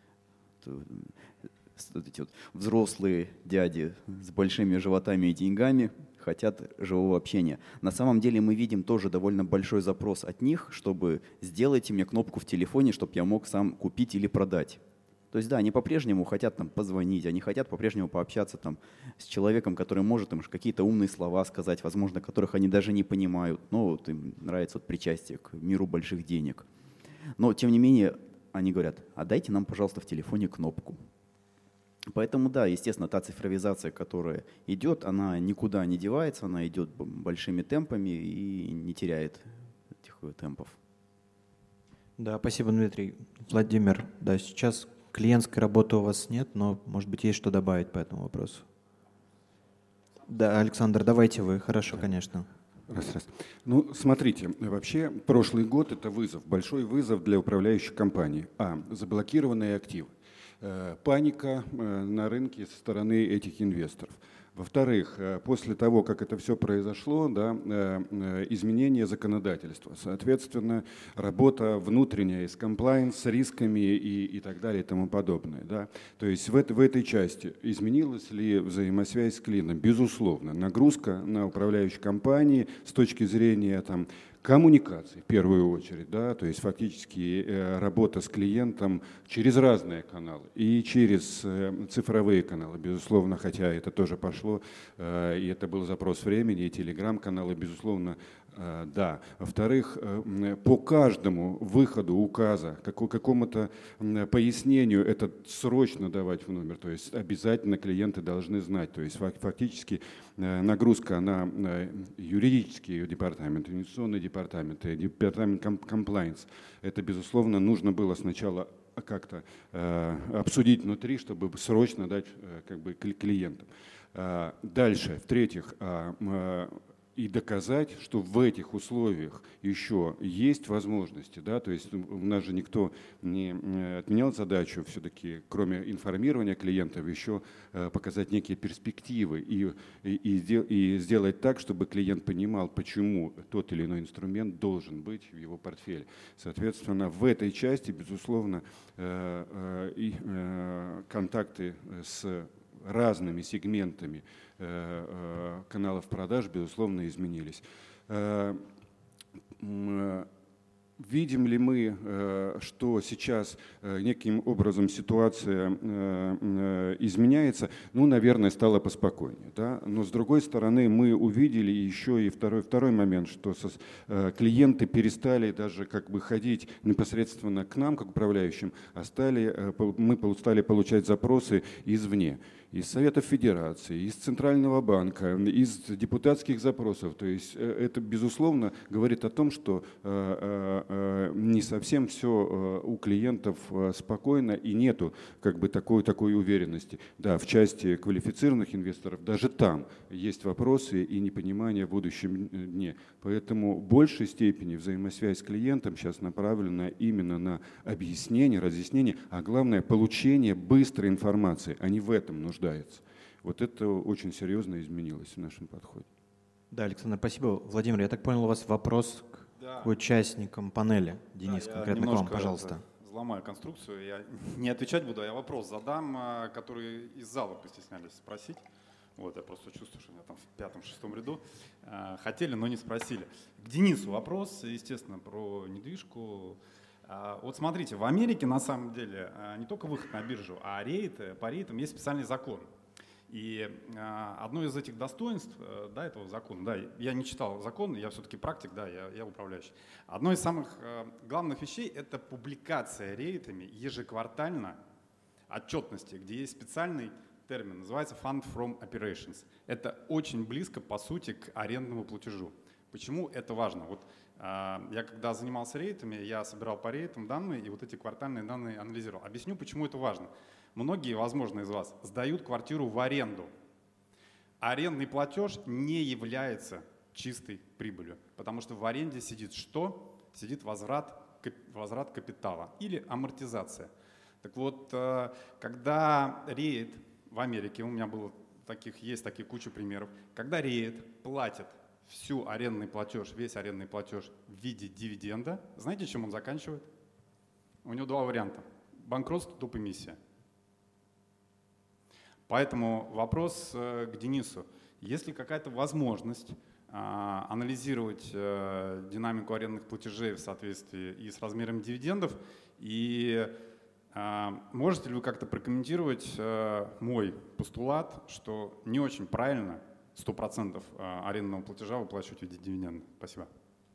эти вот взрослые дяди с большими животами и деньгами хотят живого общения. На самом деле мы видим тоже довольно большой запрос от них, чтобы сделайте мне кнопку в телефоне, чтобы я мог сам купить или продать. То есть да, они по-прежнему хотят там позвонить, они хотят по-прежнему пообщаться там с человеком, который может им какие-то умные слова сказать, возможно, которых они даже не понимают, но вот им нравится вот причастие к миру больших денег. Но тем не менее они говорят, а дайте нам, пожалуйста, в телефоне кнопку. Поэтому да, естественно, та цифровизация, которая идет, она никуда не девается, она идет большими темпами и не теряет этих темпов. Да, спасибо, Дмитрий. Владимир, да, сейчас клиентской работы у вас нет, но, может быть, есть что добавить по этому вопросу? Да, Александр, давайте вы. Хорошо, конечно. Раз. Ну, смотрите, вообще прошлый год – это вызов, большой вызов для управляющих компаний. Заблокированные активы. Паника на рынке со стороны этих инвесторов. Во-вторых, после того, как это все произошло, да, изменение законодательства, соответственно, работа внутренняя с комплайнс, с рисками и так далее и тому подобное. Да. То есть в этой части изменилась ли взаимосвязь с клиентом? Безусловно. Нагрузка на управляющие компании с точки зрения там, коммуникации в первую очередь, да, то есть фактически работа с клиентом через разные каналы и через цифровые каналы, безусловно, хотя это тоже пошло, и это был запрос времени, и телеграм-каналы, безусловно, да. Во-вторых, по каждому выходу указа, какому-то пояснению это срочно давать в номер, то есть обязательно клиенты должны знать, то есть фактически нагрузка на юридический департамент, инвестиционный департамент, департамент compliance, это, безусловно, нужно было сначала как-то обсудить внутри, чтобы срочно дать как бы, клиентам. Дальше, в-третьих, и доказать, что в этих условиях еще есть возможности, да, то есть у нас же никто не отменял задачу все-таки, кроме информирования клиентов, еще показать некие перспективы и сделать так, чтобы клиент понимал, почему тот или иной инструмент должен быть в его портфеле. Соответственно, в этой части, безусловно, контакты с разными сегментами каналов продаж, безусловно, изменились. Видим ли мы, что сейчас неким образом ситуация изменяется? Ну, наверное, стало поспокойнее. Да? Но с другой стороны, мы увидели еще и второй момент, что клиенты перестали даже как бы ходить непосредственно к нам, как управляющим, а мы стали получать запросы извне. Из Советов Федерации, из Центрального банка, из депутатских запросов. То есть это, безусловно, говорит о том, что не совсем все у клиентов спокойно и нету как бы такой уверенности. Да, в части квалифицированных инвесторов даже там есть вопросы и непонимание в будущем дне. Поэтому в большей степени взаимосвязь с клиентом сейчас направлена именно на объяснение, разъяснение, а главное получение быстрой информации. Они в этом нуждаются. Вот это очень серьезно изменилось в нашем подходе. Да, Александр, спасибо. Владимир, я так понял, у вас вопрос к участникам панели. Денис, да, конкретно к вам, пожалуйста. Взломаю конструкцию. Я не отвечать буду, а я вопрос задам, который из зала постеснялись спросить. Вот, я просто чувствую, что у меня там в 5-6 ряду хотели, но не спросили. К Денису вопрос, естественно, про недвижку. Вот смотрите, в Америке на самом деле не только выход на биржу, а по рейтам есть специальный закон. И одно из этих достоинств этого закона, да, я не читал закон, я все-таки практик, да, я управляющий. Одно из самых главных вещей – это публикация рейтами ежеквартально отчетности, где есть специальный термин, называется Fund from Operations. Это очень близко, по сути, к арендному платежу. Почему это важно? Вот я когда занимался рейтами, я собирал по рейтам данные и вот эти квартальные данные анализировал. Объясню, почему это важно. Многие, возможно, из вас сдают квартиру в аренду. Арендный платеж не является чистой прибылью, потому что в аренде сидит что? Сидит возврат капитала или амортизация. Так вот, когда рейд в Америке, у меня есть такие куча примеров, когда рейд платит всю арендный платеж, весь арендный платеж в виде дивиденда, знаете, чем он заканчивает? У него два варианта. Банкротство, топ-эмиссия. Поэтому вопрос к Денису. Есть ли какая-то возможность анализировать динамику арендных платежей в соответствии и с размером дивидендов? И можете ли вы как-то прокомментировать мой постулат, что не очень правильно 100% арендного платежа выплачивать в виде дивиденда? Спасибо.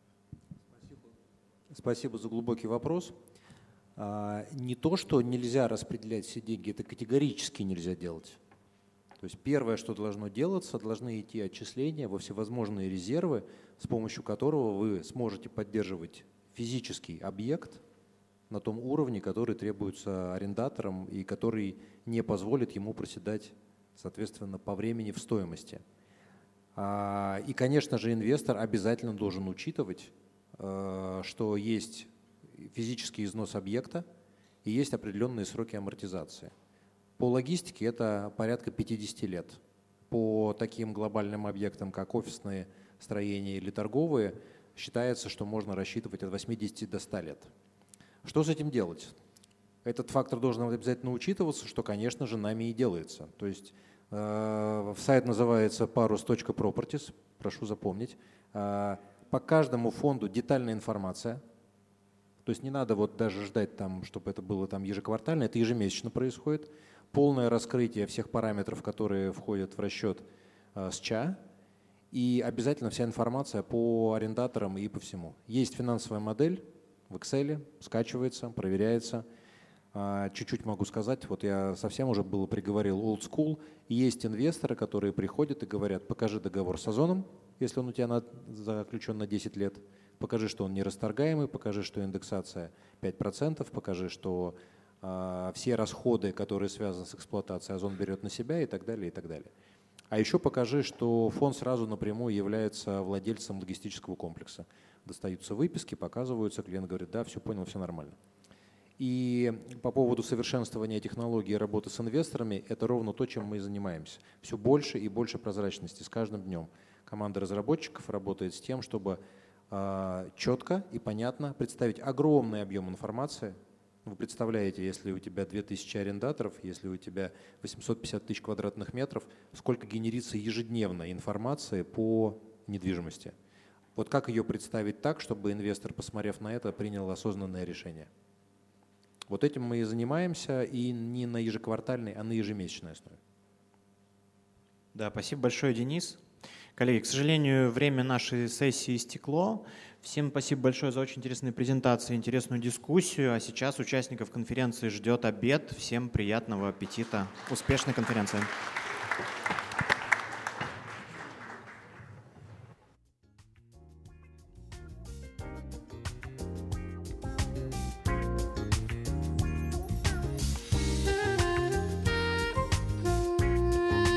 Спасибо за глубокий вопрос. Не то, что нельзя распределять все деньги, это категорически нельзя делать. То есть первое, что должно делаться, должны идти отчисления во всевозможные резервы, с помощью которого вы сможете поддерживать физический объект на том уровне, который требуется арендаторам и который не позволит ему проседать, соответственно, по времени в стоимости. И, конечно же, инвестор обязательно должен учитывать, что есть физический износ объекта и есть определенные сроки амортизации. По логистике это порядка 50 лет. по таким глобальным объектам, как офисные строения или торговые, считается, что можно рассчитывать от 80 до 100 лет. Что с этим делать? Этот фактор должен обязательно учитываться, что, конечно же, нами и делается. То есть сайт называется parus.properties, прошу запомнить. По каждому фонду детальная информация. То есть не надо вот даже ждать, там, чтобы это было там ежеквартально, это ежемесячно происходит. Полное раскрытие всех параметров, которые входят в расчет с ЧА. И обязательно вся информация по арендаторам и по всему. Есть финансовая модель в Excel, скачивается, проверяется. Чуть-чуть могу сказать, вот я совсем уже было приговорил old school. Есть инвесторы, которые приходят и говорят: покажи договор с Озоном, если он у тебя заключен на 10 лет, покажи, что он нерасторгаемый, покажи, что индексация 5%, покажи, что все расходы, которые связаны с эксплуатацией, Озон берет на себя и так далее, и так далее. А еще покажи, что фонд сразу напрямую является владельцем логистического комплекса. Достаются выписки, показываются, клиент говорит: да, все понял, все нормально. И по поводу совершенствования технологий работы с инвесторами, это ровно то, чем мы и занимаемся. Все больше и больше прозрачности с каждым днем. Команда разработчиков работает с тем, чтобы четко и понятно представить огромный объем информации. Вы представляете, если у тебя 2000 арендаторов, если у тебя 850 тысяч квадратных метров, сколько генерится ежедневно информации по недвижимости. Вот как ее представить так, чтобы инвестор, посмотрев на это, принял осознанное решение? Вот этим мы и занимаемся, и не на ежеквартальной, а на ежемесячной основе. Да, спасибо большое, Денис. Коллеги, к сожалению, время нашей сессии истекло. Всем спасибо большое за очень интересные презентации, интересную дискуссию. А сейчас участников конференции ждет обед. Всем приятного аппетита. Успешной конференции.